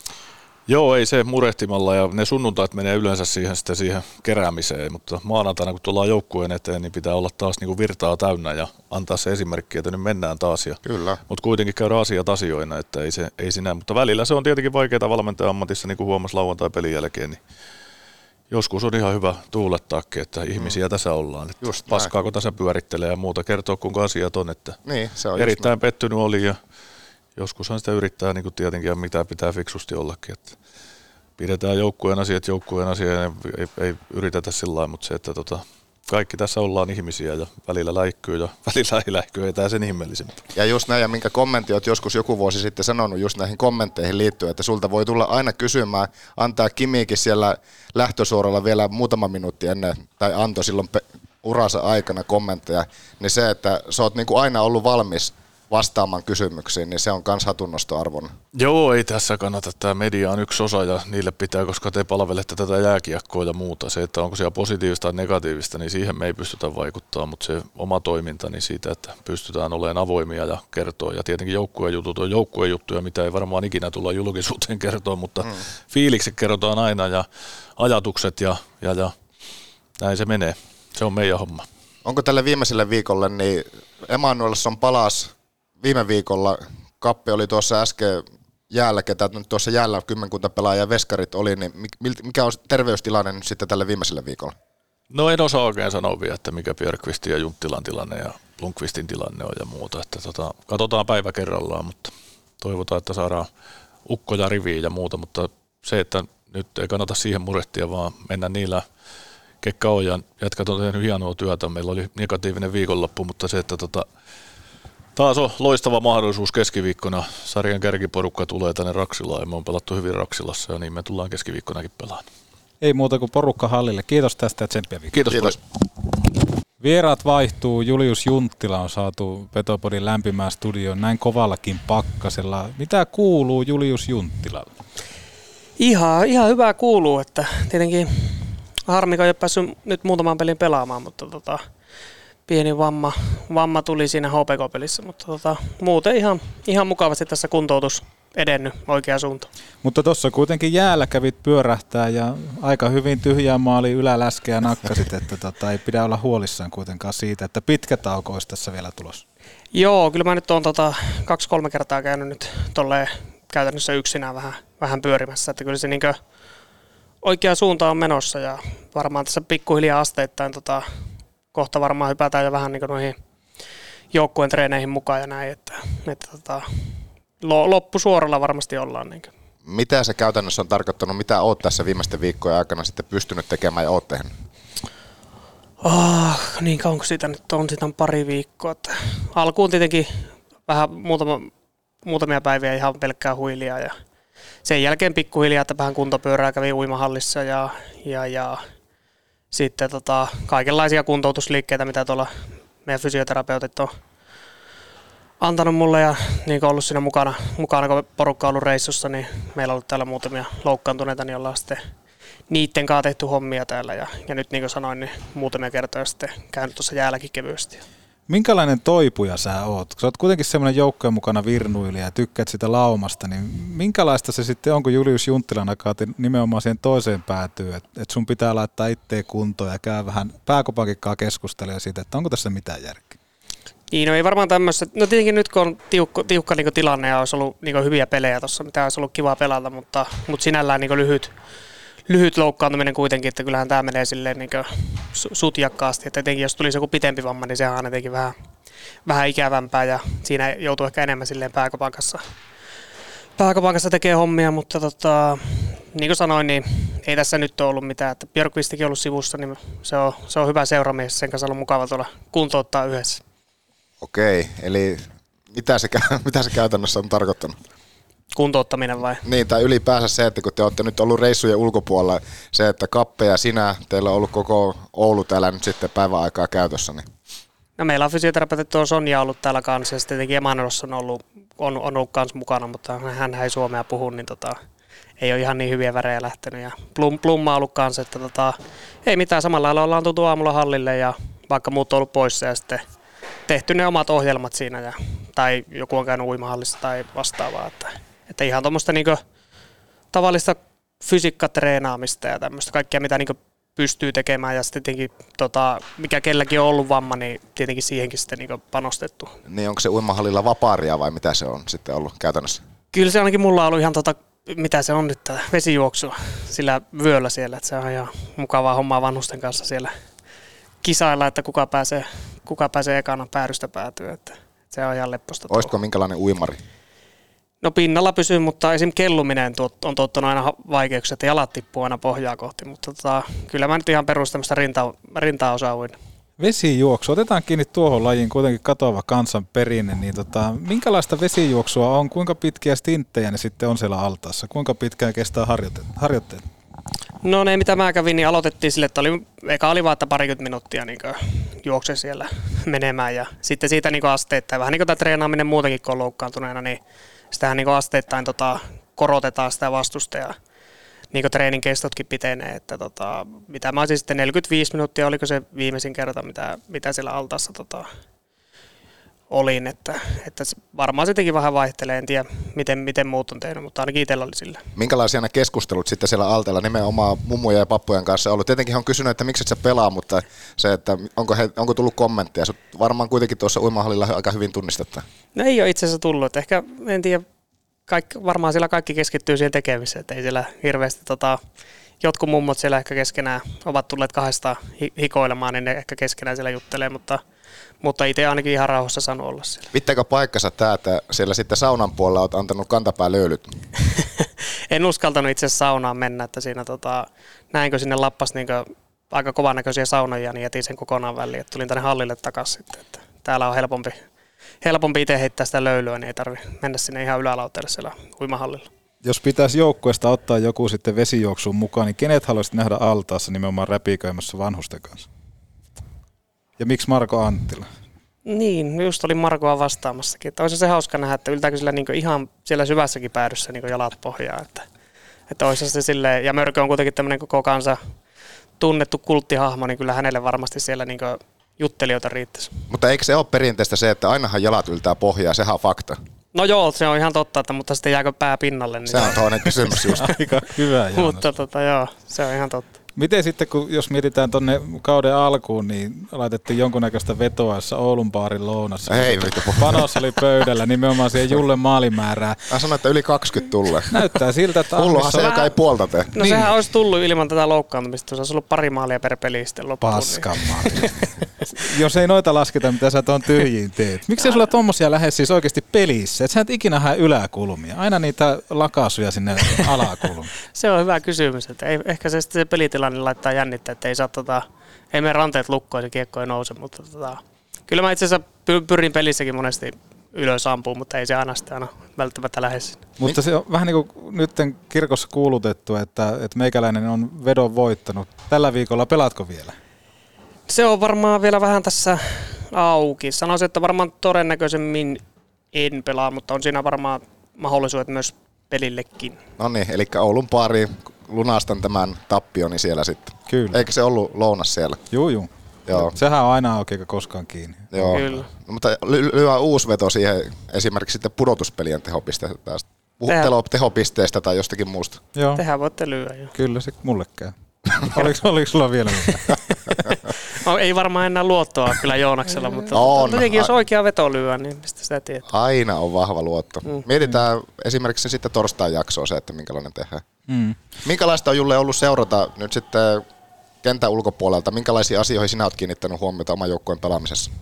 Joo, ei se murehtimalla ja ne sunnuntait menee yleensä siihen, sitten siihen keräämiseen, mutta maanantaina kun tullaan joukkueen eteen, niin pitää olla taas niin kuin virtaa täynnä ja antaa se esimerkki, että nyt mennään taas. Ja, kyllä. Mutta kuitenkin käydä asiat asioina, että ei, se, ei sinä, mutta välillä se on tietenkin vaikeaa valmentajan ammatissa, niin kuin huomasi lauantai-pelin jälkeen, niin joskus on ihan hyvä tuulettaakin, että ihmisiä mm. tässä ollaan. Että paskaako tässä pyörittelee ja muuta, kertoo kuinka asiat on, että niin, se on erittäin pettynyt oli ja joskushan sitä yrittää niin kuin tietenkin ja mitä pitää fiksusti ollakin, että pidetään joukkueen asiat joukkueen asiat, ei, ei yritetä sillä lailla, mutta se, että tota, kaikki tässä ollaan ihmisiä ja välillä läikkyy ja välillä ei läikkyy, ei tämä sen ihmeellisempää. Ja just näin, ja minkä kommentti olet joskus joku vuosi sitten sanonut just näihin kommentteihin liittyen, että sulta voi tulla aina kysymään, antaa Kimiikin siellä lähtösuoralla vielä muutama minuutti ennen, tai antoi silloin pe- uransa aikana kommentteja, niin se, että sä oot niinku aina ollut valmis vastaamaan kysymyksiin, niin se on kans hatunnostoarvon. Joo, ei tässä kannata. Tämä media on yksi osa ja niille pitää, koska te palvelette tätä jääkiekkoa ja muuta. Se, että onko siellä positiivista tai negatiivista, niin siihen me ei pystytä vaikuttaa, mutta se oma toiminta, niin siitä, että pystytään olemaan avoimia ja kertoa. Ja tietenkin joukkueen jutut on joukkueen juttuja, mitä ei varmaan ikinä tulla julkisuuteen kertoa, mutta mm. fiilikset kerrotaan aina ja ajatukset ja, ja, ja näin se menee. Se on meidän homma. Onko tälle viimeiselle viikolle, niin Emanuelsson palasi viime viikolla, Kappe oli tuossa äsken jäällä, ketä nyt tuossa jäällä kymmenkunta pelaajaa veskarit oli, niin mikä on terveystilanne nyt sitten tälle viimeiselle viikolla? No en osaa oikein sanoa vielä, että mikä Björkqvistin ja Junttilan tilanne ja Blomqvistin tilanne on ja muuta. Että tota, katsotaan päivä kerrallaan, mutta toivotaan, että saadaan ukkoja riviin ja muuta, mutta se, että nyt ei kannata siihen murehtia, vaan mennä niillä, ketkä on, ja jätkät on tehnyt hienoa työtä. Meillä oli negatiivinen viikonloppu, mutta se, että tota, taas on loistava mahdollisuus keskiviikkona. Sarjan kärkiporukka tulee tänne Raksilaan, ja me on pelattu hyvin Raksilassa, ja niin me tullaan keskiviikkonakin pelaamaan. Ei muuta kuin porukka hallille. Kiitos tästä ja tsemppiä viikkoa. Kiitos. Kiitos. Vieraat vaihtuu. Julius Junttila on saatu Petopodin lämpimään studioon näin kovallakin pakkasella. Mitä kuuluu Julius Junttilalle? Ihan, ihan hyvää kuuluu, että tietenkin harmi, kun ei ole päässyt nyt muutaman pelin pelaamaan, mutta tota, pieni vamma, vamma tuli siinä H P K-pelissä, mutta tota, muuten ihan, ihan mukavasti tässä kuntoutus edennyt oikeaan suuntaan. Mutta tuossa kuitenkin jäällä kävit pyörähtää ja aika hyvin tyhjää maali yläläskeä nakkasit, että tota, ei pidä olla huolissaan kuitenkaan siitä, että pitkä tauko olisi tässä vielä tulossa. Joo, kyllä mä nyt oon tota, kaksi-kolme kertaa käynyt nyt tolleen käytännössä yksinään vähän, vähän pyörimässä, että kyllä se niinkö oikea suunta on menossa ja varmaan tässä pikkuhiljaa asteittain tota, kohta varmaan hypätään jo vähän niin kuin noihin joukkueen treeneihin mukaan ja näin, että, että tota, loppusuoralla varmasti ollaan. Niin kuin. Mitä se käytännössä on tarkoittanut, mitä oot tässä viimeisten viikkojen aikana sitten pystynyt tekemään ja oot tehnyt? Oh, niin kauanko siitä nyt on, siitä on pari viikkoa. Että alkuun tietenkin vähän muutama, muutamia päiviä ihan pelkkää huilia ja sen jälkeen pikkuhiljaa, että vähän kuntopyörää kävi uimahallissa ja, ja, ja sitten tota, kaikenlaisia kuntoutusliikkeitä, mitä tuolla meidän fysioterapeutit on antanut mulle ja niin ollut siinä mukana, mukana, kun porukka on ollut reissussa, niin meillä on ollut täällä muutamia loukkaantuneita, niin ollaan sitten niitten kanssa tehty hommia täällä ja, ja nyt niin kuin sanoin, niin muutamia kertoja sitten käynyt tuossa jäälläkin kevyesti. Minkälainen toipuja sä oot? Sä oot kuitenkin semmoinen joukkojen mukana virnuilija ja tykkäät sitä laumasta, niin minkälaista se sitten on, kun Julius Junttilan aikaa nimenomaan siihen toiseen päätyy, että et sun pitää laittaa itteen kuntoon ja käy vähän pääkopankikkaa keskustelemaan siitä, että onko tässä mitään järkeä? Niin, no ei varmaan tämmöistä. No tietenkin nyt kun on tiukka, tiukka niin tilanne ja olisi ollut niin hyviä pelejä tuossa, mitä olisi ollut kiva pelata, mutta, mutta sinällään niin lyhyt, lyhyt loukkaantuminen kuitenkin, että kyllähän tämä menee silleen niin sutjakkaasti, että etenkin jos tulisi joku pitempi vamma, niin sehän on etenkin vähän, vähän ikävämpää ja siinä joutuu ehkä enemmän silleen pääkopankassa, pääkopankassa tekee hommia, mutta tota, niin kuin sanoin, niin ei tässä nyt ole ollut mitään, että Björkvistikin on ollut sivussa, niin se on, se on hyvä seuramies, sen kanssa on ollut mukava tuolla kuntouttaa yhdessä. Okei, eli mitä se, mitä se käytännössä on tarkoittanut? Kuntouttaminen vai? Niin, tai ylipäänsä se, että kun te olette nyt ollut reissujen ulkopuolella, se, että Kappe ja sinä, teillä on ollut koko Oulu täällä nyt sitten päivän aikaa käytössä. Niin. No meillä on fysioterapeutti on Sonja ollut täällä kanssa ja sitten tietenkin Emanuelos on ollut, on, on ollut kanssa mukana, mutta hän ei suomea puhu, niin tota, ei ole ihan niin hyviä värejä lähtenyt. Ja Plum, Plumma on ollut kanssa, että tota, ei mitään, samalla lailla ollaan tultu aamulla hallille ja vaikka muut on ollut poissa ja sitten tehty ne omat ohjelmat siinä, ja, tai joku on käynyt uimahallissa tai vastaavaa. Että, että ihan tuommoista niinku tavallista fysiikkatreenaamista ja tämmöistä kaikkea, mitä niinku pystyy tekemään. Ja sitten tietenkin, tota, mikä kelläkin on ollut vamma, niin tietenkin siihenkin sitten niinku panostettu. Niin onko se uimahallilla vapaaria vai mitä se on sitten ollut käytännössä? Kyllä se ainakin mulla on ollut ihan, tota, mitä se on nyt, vesijuoksua sillä vyöllä siellä. Että se on ihan mukavaa hommaa vanhusten kanssa siellä kisailla, että kuka pääsee, kuka pääsee ekana päädystä päätyä, että se on ihan lepposta. Olisitko minkälainen uimari? No pinnalla pysyy, mutta esim. Kelluminen on tuottanut aina vaikeuksia, että jalat tippuu aina pohjaa kohti, mutta tota, kyllä mä nyt ihan perus tämmöistä rinta, rintaa osauin. Vesijuoksu, otetaan kiinni tuohon lajiin, kuitenkin katoava kansan perinne, niin tota, minkälaista vesijuoksua on, kuinka pitkiä stinttejä ne sitten on siellä altaassa, kuinka pitkään kestää harjoitteet? No ne mitä mä kävin, niin aloitettiin sille, että oli, eka oli vaan, että parikymmentä minuuttia niin juokse siellä menemään ja sitten siitä niin asteittain, vähän niin kuin tämä treenaaminen muutenkin kun on loukkaantuneena, niin sitähän niin asteittain tota, korotetaan sitä vastusta ja niin treenin kestotkin pitenee, että tota, mitä mä olisin sitten neljäkymmentäviisi minuuttia, oliko se viimeisin kerta, mitä, mitä siellä altaassa tota, olin, että, että varmaan se teki vähän vaihtelee, en tiedä miten, miten muut on tehnyt, mutta ainakin itsellä oli sillä. Minkälaisia ne keskustelut sitten siellä alteella nimenomaan mummuja ja pappujen kanssa ollut? Tietenkin on kysynyt, että miksi et sä pelaa, mutta se, että onko, he, onko tullut kommentteja? Sut varmaan kuitenkin tuossa uimahallilla aika hyvin tunnistetaan. No ei ole itse asiassa tullut, että ehkä en tiedä, kaikki, varmaan siellä kaikki keskittyy siihen tekemiseen, että ei siellä hirveästi tota, jotkut mummot siellä ehkä keskenään ovat tulleet kahdestaan hikoilemaan, niin ne ehkä keskenään siellä juttelee, mutta Mutta itse ainakin ihan rauhassa saanut olla siellä. Pitääkö paikkansa tämä, että siellä sitten saunan puolella olet antanut kantapää löylyt? en uskaltanut itse asiassa saunaan mennä, että siinä tota, näinkö sinne lappas niin aika kovan näköisiä saunoja, niin jätin sen kokonaan väliin, että tulin tänne hallille takaisin sitten, että täällä on helpompi, helpompi itse heittää sitä löylyä, niin ei tarvitse mennä sinne ihan ylälauteelle siellä uimahallilla. Jos pitäisi joukkueesta ottaa joku sitten vesijuoksuun mukaan, niin kenet haluaisit nähdä altaassa nimenomaan räpiköimässä vanhusten kanssa? Ja miksi Marko Anttila? Niin, just olin Markoa vastaamassakin. Että olisi se hauska nähdä, että yltääkö sillä niin ihan siellä syvässäkin päädyssä niin jalat pohjaa. Että, että olisi se silleen, ja Mörkö on kuitenkin tämmöinen koko kansa tunnettu kulttihahmo, niin kyllä hänelle varmasti siellä niin juttelijoita riittäisi. Mutta eikö se ole perinteistä se, että ainahan jalat yltää pohjaa, sehän on fakta. No joo, se on ihan totta, että, mutta sitten jääkö pää pinnalle. Niin se on toinen kysymys just. Aika hyvä, Joonas. Mutta tota, joo, se on ihan totta. Miten sitten, kun jos mietitään tuonne kauden alkuun, niin laitettiin jonkunnäköistä vetoa, jossa Oulun baarin lounassa. Ei vittu. Panos oli pöydällä nimenomaan siihen Julle maalimäärää. Mä sanoin, että yli kaksikymmentä tulee. Näyttää siltä, että hulluhan se, joka ei puolta tee. No niin. Sehän olisi tullut ilman tätä loukkaantumista. Se olisi ollut pari maalia per peli sitten loppuun. Paskan maali. Jos ei noita lasketa, mitä sä tuon tyhjiin teet. Miksi sulla tommosia lähes siis oikeasti pelissä? Et sä et ikinä hae yläkulmia. Aina niitä lakaasuja sinne alakulmiin. Se on hyvä kysymys. Että ei, ehkä se sitten se pelitilanne laittaa jännittää, että ei saa tota, ei mene ranteet lukkoon ja se kiekko ei nouse. Mutta tota, kyllä mä itse asiassa pyrin pelissäkin monesti ylös ampuun, mutta ei se aina sitten aina välttämättä lähde sinne. Mutta se on vähän niin kuin nyt kirkossa kuulutettu, että, että meikäläinen on vedon voittanut. Tällä viikolla pelaatko vielä? Se on varmaan vielä vähän tässä auki. Sanoisin, että varmaan todennäköisemmin en pelaa, mutta on siinä varmaan mahdollisuudet myös pelillekin. No niin, eli Oulun baariin lunastan tämän tappioni siellä sitten. Kyllä. Eikö se ollut lounas siellä? Juu, juu. Joo. Sehän on aina auki eikä koskaan kiinni. Joo. Kyllä. No, mutta ly- lyö uusi veto siihen esimerkiksi sitten pudotuspelien tehopisteestä tästä. Teho, tehopisteestä tai jostakin muusta. Joo. Tehän voitte lyödä jo. Kyllä se mulle käy. oliko, oliko sulla vielä mitään? No, ei varmaan enää luottoa kyllä Joonaksella, mutta on. Tietenkin jos oikea veto lyö, niin mistä sitä tietää. Aina on vahva luotto. Mm. Mietitään mm. esimerkiksi sitten torstain jaksoa se, että minkälainen tehdään. Mm. Minkälaista on Julle ollut seurata nyt sitten kentän ulkopuolelta? Minkälaisia asioihin sinä olet kiinnittänyt huomiota oman joukkueen pelaamisessa?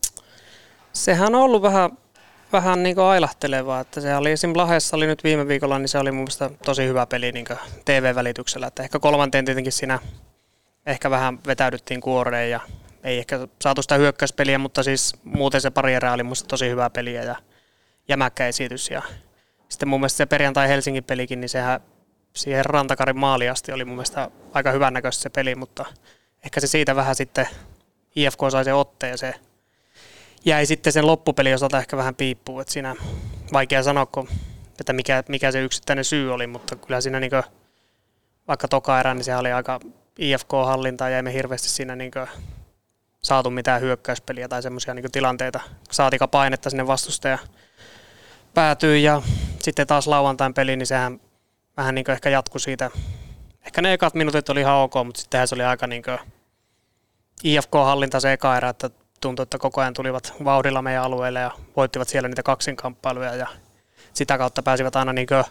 Sehän on ollut vähän, vähän niin kuin ailahtelevaa. Että se oli esimerkiksi Lahdessa oli nyt viime viikolla, niin se oli mun mielestä tosi hyvä peli niin kuin T V-välityksellä. Että ehkä kolmanteen tietenkin siinä ehkä vähän vetäydyttiin kuoreen ja ei ehkä saatu sitä hyökkäyspeliä, mutta siis muuten se pari erää oli musta tosi hyvää peliä ja jämäkkä esitys. Ja sitten mun mielestä se perjantai Helsingin pelikin, niin sehän siihen Rantakarin maaliin asti oli mun mielestä aika hyvän näköistä se peli, mutta ehkä se siitä vähän sitten I F K sai sen otteen ja se jäi sitten sen loppupelin osalta ehkä vähän piippuun, että siinä vaikea sanoa, kun, että mikä, mikä se yksittäinen syy oli, mutta kyllä siinä niin kuin, vaikka toka erä, niin se oli aika I F K-hallintaa ja emme hirveästi siinä niin kuin saatu mitään hyökkäyspeliä tai semmoisia niin kuin tilanteita. Saatika painetta sinne vastustaja päätyi ja sitten taas lauantain peli, niin sehän vähän niin kuin ehkä jatkui siitä. Ehkä ne ekat minuutit oli ihan ok, mutta sittenhän se oli aika niin kuin I F K-hallinta se eka erä, että tuntui, että koko ajan tulivat vauhdilla meidän alueelle ja voittivat siellä niitä kaksinkamppailuja ja sitä kautta pääsivät aina niin kuin,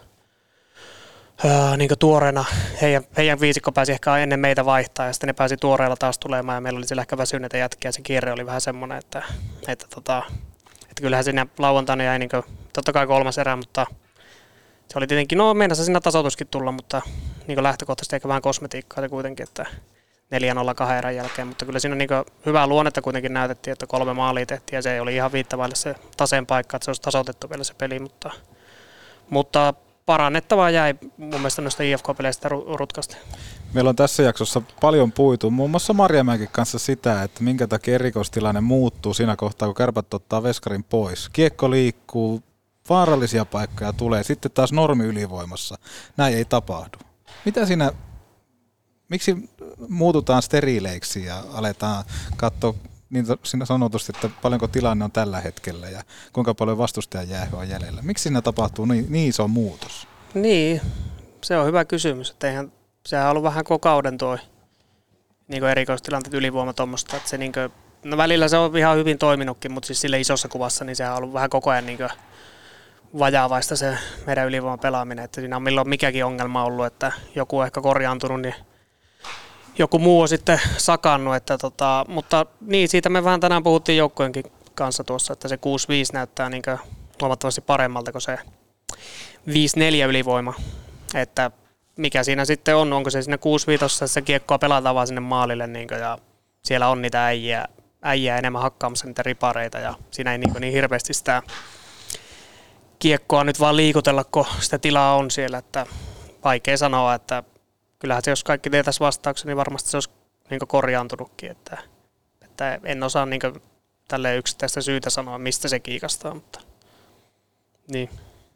äh, niin kuin tuoreena. Heidän, heidän viisikko pääsi ehkä ennen meitä vaihtaa ja sitten ne pääsi tuoreella taas tulemaan ja meillä oli siellä ehkä väsyneitä jätkiä ja se kierre oli vähän semmoinen, että, että, tota, että kyllähän siinä lauantaina jäi niin kuin, totta kai kolmas erä, mutta se oli tietenkin, no meinasi siinä tasoituskin tulla, mutta niin lähtökohtaisesti ehkä vähän kosmetiikkaa se kuitenkin, että neljä nolla kahden erän jälkeen, mutta kyllä siinä niin hyvää luonnetta kuitenkin näytettiin, että kolme maalia tehtiin ja se oli ihan viittavaille se taseen paikka, että se olisi tasoitettu vielä se peli, mutta, mutta parannettavaa jäi mun mielestä noista I F K-peleistä rutkasti. Meillä on tässä jaksossa paljon puitu, muun muassa Marjamäenkin kanssa sitä, että minkä takia erikoistilanne muuttuu siinä kohtaa, kun Kärpät ottaa veskarin pois. Kiekko liikkuu, vaarallisia paikkoja tulee, sitten taas normi ylivoimassa. Näin ei tapahdu. Mitä siinä, miksi muututaan steriileiksi ja aletaan katsoa niin siinä sanotusti, että paljonko tilanne on tällä hetkellä ja kuinka paljon vastustajan jäähyä on jäljellä? Miksi siinä tapahtuu niin, niin iso muutos? Niin, se on hyvä kysymys. Että eihän, sehän on ollut vähän koko kauden tuo niin erikoistilanteet ylivoima tuommoista. Että se niin kuin, no välillä se on ihan hyvin toiminutkin, mutta siis sille isossa kuvassa niin sehän on ollut vähän koko ajan niin kuin vajaavaista se meidän ylivoiman pelaaminen. Että siinä on milloin mikäkin ongelma ollut, että joku on ehkä korjaantunut, niin joku muu on sitten sakannut. Että tota, mutta niin, siitä me vähän tänään puhuttiin joukkojenkin kanssa tuossa, että se kuusi viisi näyttää niin kuin huomattavasti paremmalta kuin se viisi neljä ylivoima. että mikä siinä sitten on, onko se siinä kuusi viitossa, se kiekkoa pelataan vaan sinne maalille niin kuin, ja siellä on niitä äijää, äijää enemmän hakkaamassa niitä ripareita ja siinä ei niin, niin hirveästi sitä kiekkoa nyt vaan liikutella, kun sitä tilaa on siellä, että vaikea sanoa, että kyllähän se, jos kaikki teetäisiin vastauksen, niin varmasti se olisi niin korjaantunutkin, että, että en osaa niin tälleen yksittäistä syytä sanoa, mistä se kiikastaa, mutta niin.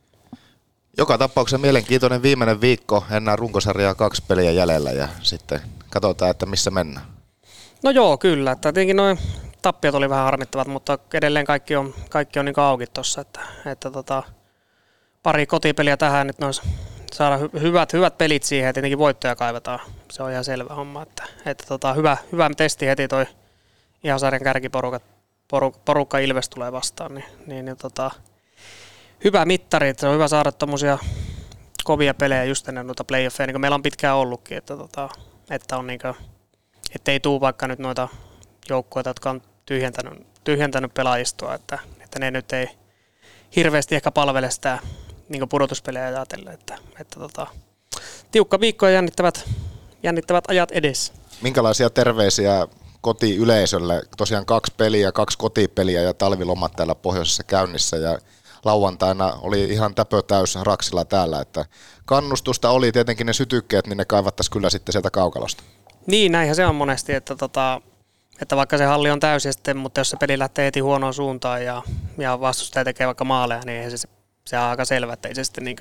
Joka tapauksessa mielenkiintoinen viimeinen viikko, enää runkosarjaa kaksi peliä jäljellä ja sitten katsotaan, että missä mennään. No joo, kyllä, että tietenkin noin tappiot oli vähän harmittavat, mutta edelleen kaikki on, kaikki on niin auki tuossa, että, että tota, pari kotipeliä tähän nyt nois saada hy- hyvät, hyvät pelit siihen ja tietenkin voittoja kaivetaan. Se on ihan selvä homma, että, että tota, hyvä, hyvä testi heti toi ihan sarjan kärkiporukka poru, porukka Ilves tulee vastaan, niin, niin, niin tota, hyvä mittari, että se on hyvä saada tommosia kovia pelejä just ennen noita playoffeja, niin kuin meillä on pitkään ollutkin, että, tota, että on niin kuin, ettei tuu vaikka nyt noita joukkueita, jotka on tyhjentänyt, tyhjentänyt pelaajistoa, että, että ne nyt ei hirveästi ehkä palvele sitä niin pudotuspelejä ajatellen, että, että tota, tiukka viikko ja jännittävät, jännittävät ajat edessä. Minkälaisia terveisiä kotiyleisölle? Tosiaan kaksi peliä, kaksi kotipeliä ja talvilomat täällä pohjoisessa käynnissä ja lauantaina oli ihan täpö täys Raksilla täällä, että kannustusta oli tietenkin ne sytykkeet, niin ne kaivattaisiin kyllä sitten sieltä kaukalosta. Niin, näinhän se on monesti, että, tota, että vaikka se halli on täysi sitten, mutta jos se peli lähtee heti huonoon suuntaan ja, ja vastustaja tekee vaikka maaleja, niin eihän se, se on aika selvä, että ei se sitten niin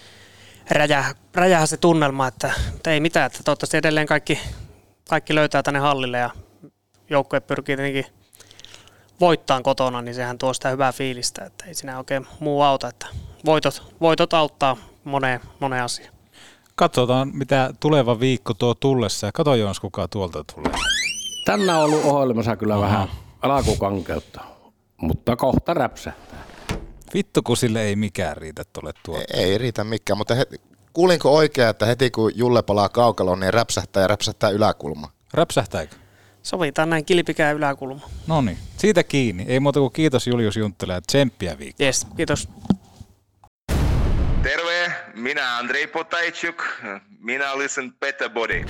räjähä, räjähä se tunnelma, että, että ei mitään, että toivottavasti edelleen kaikki, kaikki löytää tänne hallille ja joukkue pyrkii tietenkin voittaan kotona, niin sehän tuo sitä hyvää fiilistä, että ei siinä oikein muu auta, että voitot, voitot auttaa moneen, moneen asiaan. Katsotaan, mitä tuleva viikko tuo tullessa ja kato Joons, kuka tuolta tulee. Tänään on ollut ohjelmassa kyllä Aha. vähän alkukankeutta, mutta kohta räpsähtää. Vittu, kun sille ei mikään riitä tuolle tuolta. Ei, ei riitä mikään, mutta he, kuulinko oikein, että heti kun Julle palaa kaukaloon, niin räpsähtää ja räpsähtää yläkulma? Räpsähtääkö? Sovitaan näin kilpikää yläkulma. No niin, siitä kiinni. Ei muuta kuin kiitos Julius Junttila ja tsemppiä viikkoa. Yes, kiitos. Terve, minä Andrei Potajčuk, minä listen Better Body.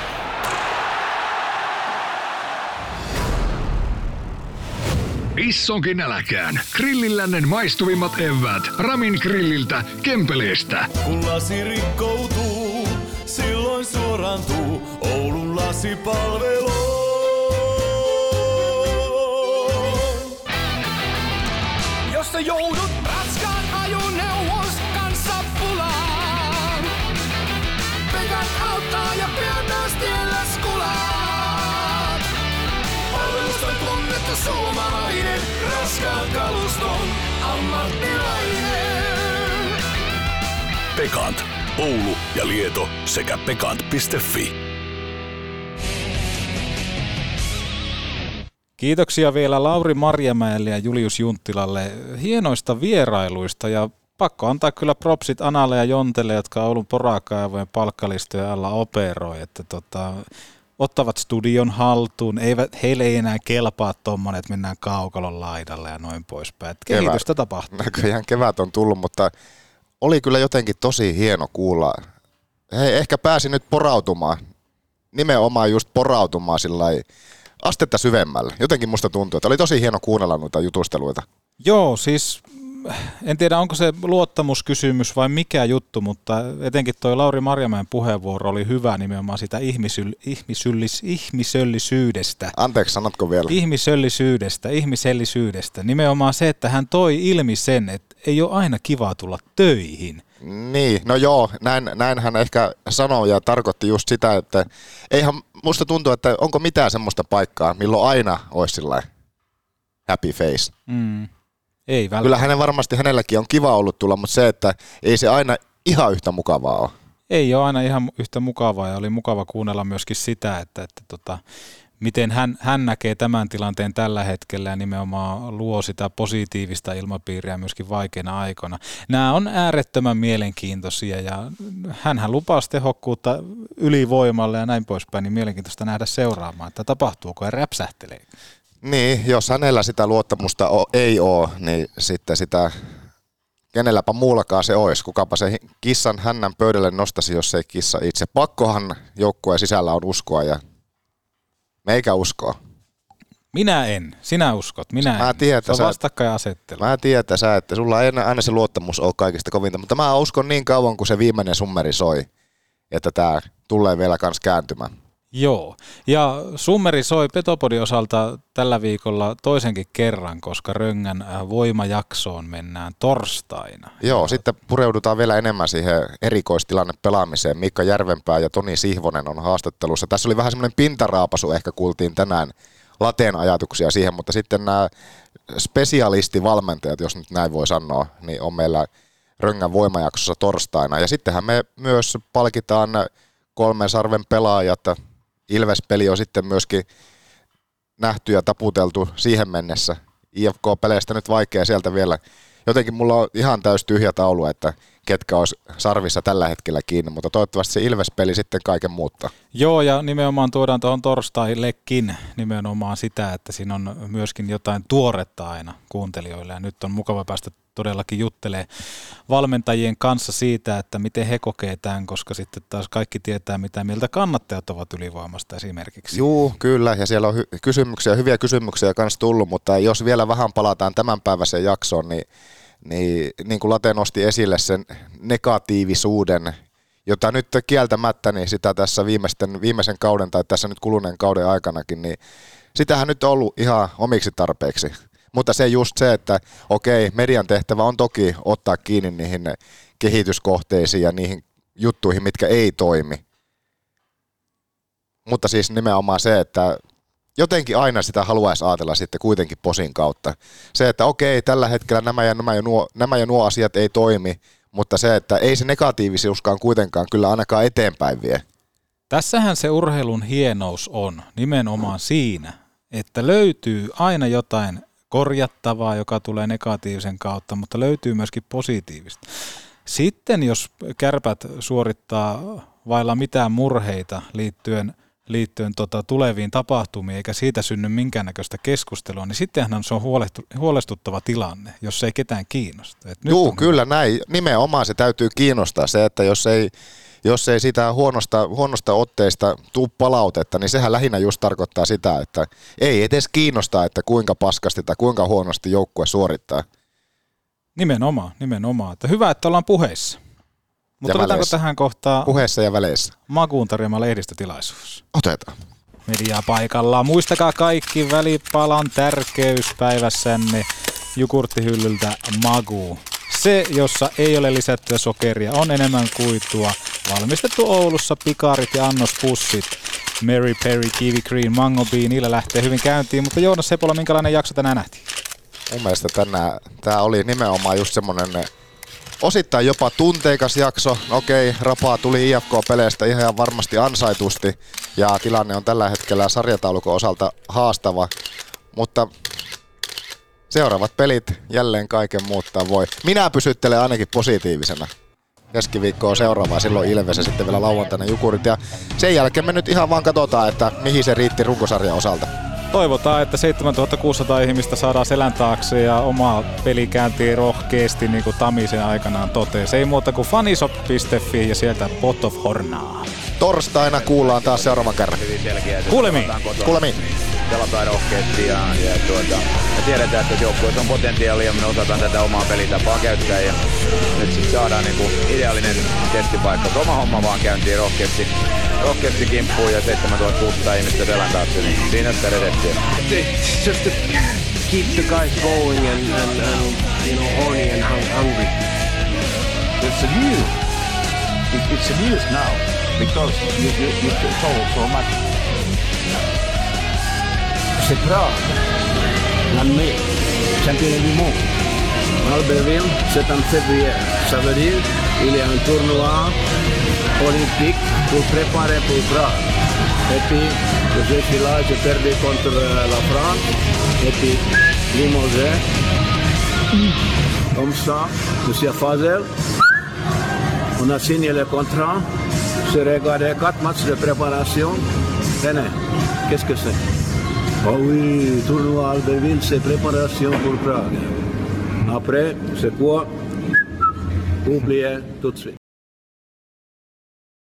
Issonkin äläkään. Grillillännen maistuvimmat eväät. Ramin grilliltä, Kempeleestä. Kun lasi rikkoutuu, silloin suorantuu Oulun lasipalvelu. Jos sä joudut raskaan ajoneuvos kanssa pulaan, Pekat auttaa ja pian myös tiellä skulaat. Palvelusta tunnettu suomalainen, raskaan kaluston ammattilainen. Pekant, Oulu ja Lieto sekä pekant piste fi. Kiitoksia vielä Lauri Marjamäelle ja Julius Junttilalle hienoista vierailuista ja pakko antaa kyllä propsit Analle ja Jontelle, jotka Oulun porakaivojen palkkalistojen alla operoi, että tota, ottavat studion haltuun, eivät, heille ei enää kelpaa tommonen, että mennään kaukalon laidalle ja noin poispäin. Kehitystä tapahtuu. Näköjään kevät on tullut, mutta oli kyllä jotenkin tosi hieno kuulla. He ehkä pääsi nyt porautumaan, nimenomaan just porautumaan sillai astetta syvemmälle. Jotenkin musta tuntuu, että oli tosi hieno kuunnella noita jutusteluita. Joo, siis en tiedä onko se luottamuskysymys vai mikä juttu, mutta etenkin toi Lauri Marjamäen puheenvuoro oli hyvä nimenomaan sitä ihmisyl, ihmisyllis, ihmisöllisyydestä. Anteeksi, sanotko vielä? Ihmisöllisyydestä, ihmisellisyydestä. Nimenomaan se, että hän toi ilmi sen, että ei ole aina kiva tulla töihin. Niin, no joo, näin, näin hän ehkä sanoi ja tarkoitti just sitä, että eihän musta tuntuu, että onko mitään semmoista paikkaa, milloin aina olisi sillain happy face. Mm. Ei välttämättä. Kyllä hänen varmasti hänelläkin on kiva ollut tulla, mutta se, että ei se aina ihan yhtä mukavaa ole. Ei ole aina ihan yhtä mukavaa ja oli mukava kuunnella myöskin sitä, että, että tota, miten hän, hän näkee tämän tilanteen tällä hetkellä ja nimenomaan luo sitä positiivista ilmapiiriä myöskin vaikeina aikoina. Nämä on äärettömän mielenkiintoisia ja hänhän lupasi tehokkuutta ylivoimalle ja näin poispäin, niin mielenkiintoista nähdä seuraamaan, että tapahtuuko ja räpsähtelee. Niin, jos hänellä sitä luottamusta ei ole, niin sitten sitä kenelläpä muullakaan se olisi. Kukapa se kissan hännän pöydälle nostaisi, jos ei kissa itse. Pakkohan joukkueen sisällä on uskoa ja meikä uskoa. Minä en. Sinä uskot. Minä mä en. Tiedän, se on vastakkainasettelu. Mä tiedän, että sä, että sulla ei aina se luottamus ole kaikista kovinta, mutta mä uskon niin kauan, kun se viimeinen summeri soi, että tää tulee vielä kans kääntymään. Joo, ja summeri soi Petopodin osalta tällä viikolla toisenkin kerran, koska Röngän voimajaksoon mennään torstaina. Joo, ja sitten pureudutaan vielä enemmän siihen erikoistilanne pelaamiseen. Mikka Järvenpää ja Toni Sihvonen on haastattelussa. Tässä oli vähän semmoinen pintaraapasu, ehkä kuultiin tänään Lateen ajatuksia siihen, mutta sitten nämä spesialistivalmentajat, jos nyt näin voi sanoa, niin on meillä Röngän voimajaksossa torstaina. Ja sittenhän me myös palkitaan kolmen sarven pelaajat. Ilves-peli on sitten myöskin nähty ja taputeltu siihen mennessä. I F K-peleistä nyt vaikea sieltä vielä. Jotenkin mulla on ihan täys tyhjä taulu, että ketkä olisi sarvissa tällä hetkellä kiinni, mutta toivottavasti se Ilves-peli sitten kaiken muuttaa. Joo, ja nimenomaan tuodaan tuohon torstaillekin nimenomaan sitä, että siinä on myöskin jotain tuoretta aina kuuntelijoille, ja nyt on mukava päästä todellakin juttelee valmentajien kanssa siitä, että miten he kokee tämän, koska sitten taas kaikki tietää, mitä mieltä kannattajat ovat ylivoimasta esimerkiksi. Juu, kyllä, ja siellä on hy- kysymyksiä, hyviä kysymyksiä kanssa tullut, mutta jos vielä vähän palataan tämänpäiväiseen jaksoon, niin niin, niin kuin Late nosti esille sen negatiivisuuden, jota nyt kieltämättä, niin sitä tässä viimeisten, viimeisen kauden tai tässä nyt kuluneen kauden aikanakin, niin sitähän nyt on ollut ihan omiksi tarpeeksi. Mutta se just se, että okei, median tehtävä on toki ottaa kiinni niihin kehityskohteisiin ja niihin juttuihin, mitkä ei toimi. Mutta siis nimenomaan se, että jotenkin aina sitä haluaisi ajatella sitten kuitenkin posin kautta. Se, että okei, tällä hetkellä nämä ja, nämä ja, nuo, nämä ja nuo asiat ei toimi, mutta se, että ei se negatiivisuuskaan kuitenkaan kyllä ainakaan eteenpäin vie. Tässähän se urheilun hienous on nimenomaan siinä, että löytyy aina jotain korjattavaa, joka tulee negatiivisen kautta, mutta löytyy myöskin positiivista. Sitten jos Kärpät suorittaa vailla mitään murheita liittyen liittyen tota tuleviin tapahtumiin, eikä siitä synny minkäännäköistä keskustelua, niin sittenhän se on huolestuttava tilanne, jos ei ketään kiinnosta. Joo, kyllä näin. Nimenomaan se täytyy kiinnostaa. Se, että jos ei, jos ei sitä huonosta, huonosta otteista tuu palautetta, niin sehän lähinnä just tarkoittaa sitä, että ei edes kiinnostaa, että kuinka paskasti tai kuinka huonosti joukkue suorittaa. Nimenomaan, nimenomaan. Että hyvä, että ollaan puheissa. Mutta otetaanko tähän kohtaan puheessa ja väleissä Makuun tarjoama lehdistötilaisuus? Otetaan. Mediaa paikallaan. Muistakaa kaikki välipalan tärkeys päivässänne jogurttihyllyltä Magu. Se, jossa ei ole lisättyä sokeria, on enemmän kuitua. Valmistettu Oulussa, pikarit ja annospussit. Mary Perry, Kiwi Green, Mango Bee, niillä lähtee hyvin käyntiin. Mutta Joonas Sepola, minkälainen jakso tänään nähtiin? Mun mielestä tänään tämä oli nimenomaan just semmoinen osittain jopa tunteikas jakso. Okei, rapaa tuli I F K-peleistä ihan varmasti ansaitusti ja tilanne on tällä hetkellä sarjataulukon osalta haastava, mutta seuraavat pelit jälleen kaiken muuttaa voi. Minä pysyttelen ainakin positiivisena. Keskiviikko on seuraavaa, silloin Ilves ja sitten vielä lauantaina Jukurit ja sen jälkeen me nyt ihan vaan katsotaan, että mihin se riitti runkosarjan osalta. Toivotaan, että seitsemäntuhatta kuusisataa ihmistä saadaan selän taakse ja oma peli kääntii rohkeasti, niin kuin Tamisen aikanaan totesi. Ei muuta kuin fanishop piste fi ja sieltä Pot of Hornaa. Torstaina kuullaan taas seuraavan kerran. Kuulemiin. Kuulemiin. Pelataan rohkeasti ja, ja tuota, me tiedetään, että joukkueessa on potentiaalia ja me osataan tätä omaa pelitapaa käyttää ja nyt sitten saadaan niinku ideaalinen testipaikka. Oma homma vaan käyntiin rohkeasti, rohkeasti kimppuun ja seitsemäntuhatta kuusisataa ihmistä selän taakse, niin siinä sitä redettiin. It's just to keep the guys going and, and, and you know, horny and hungry. It's a news. It's a news now because you, you, you told so much. C'est Prague, l'année, championnat du monde. Albertville, c'est en février. Ça veut dire qu'il y a un tournoi olympique pour préparer pour Prague. Et puis, je suis là, j'ai perdu contre la France. Et puis, limogé. Comme ça, Monsieur Fazel, on a signé le contrat. J'ai regardé quatre matchs de préparation. Tenez, qu'est-ce que c'est? Oh oui, tournoi Albertville, c'est préparation pour Prague. Après, c'est quoi? Oubliez tout de suite.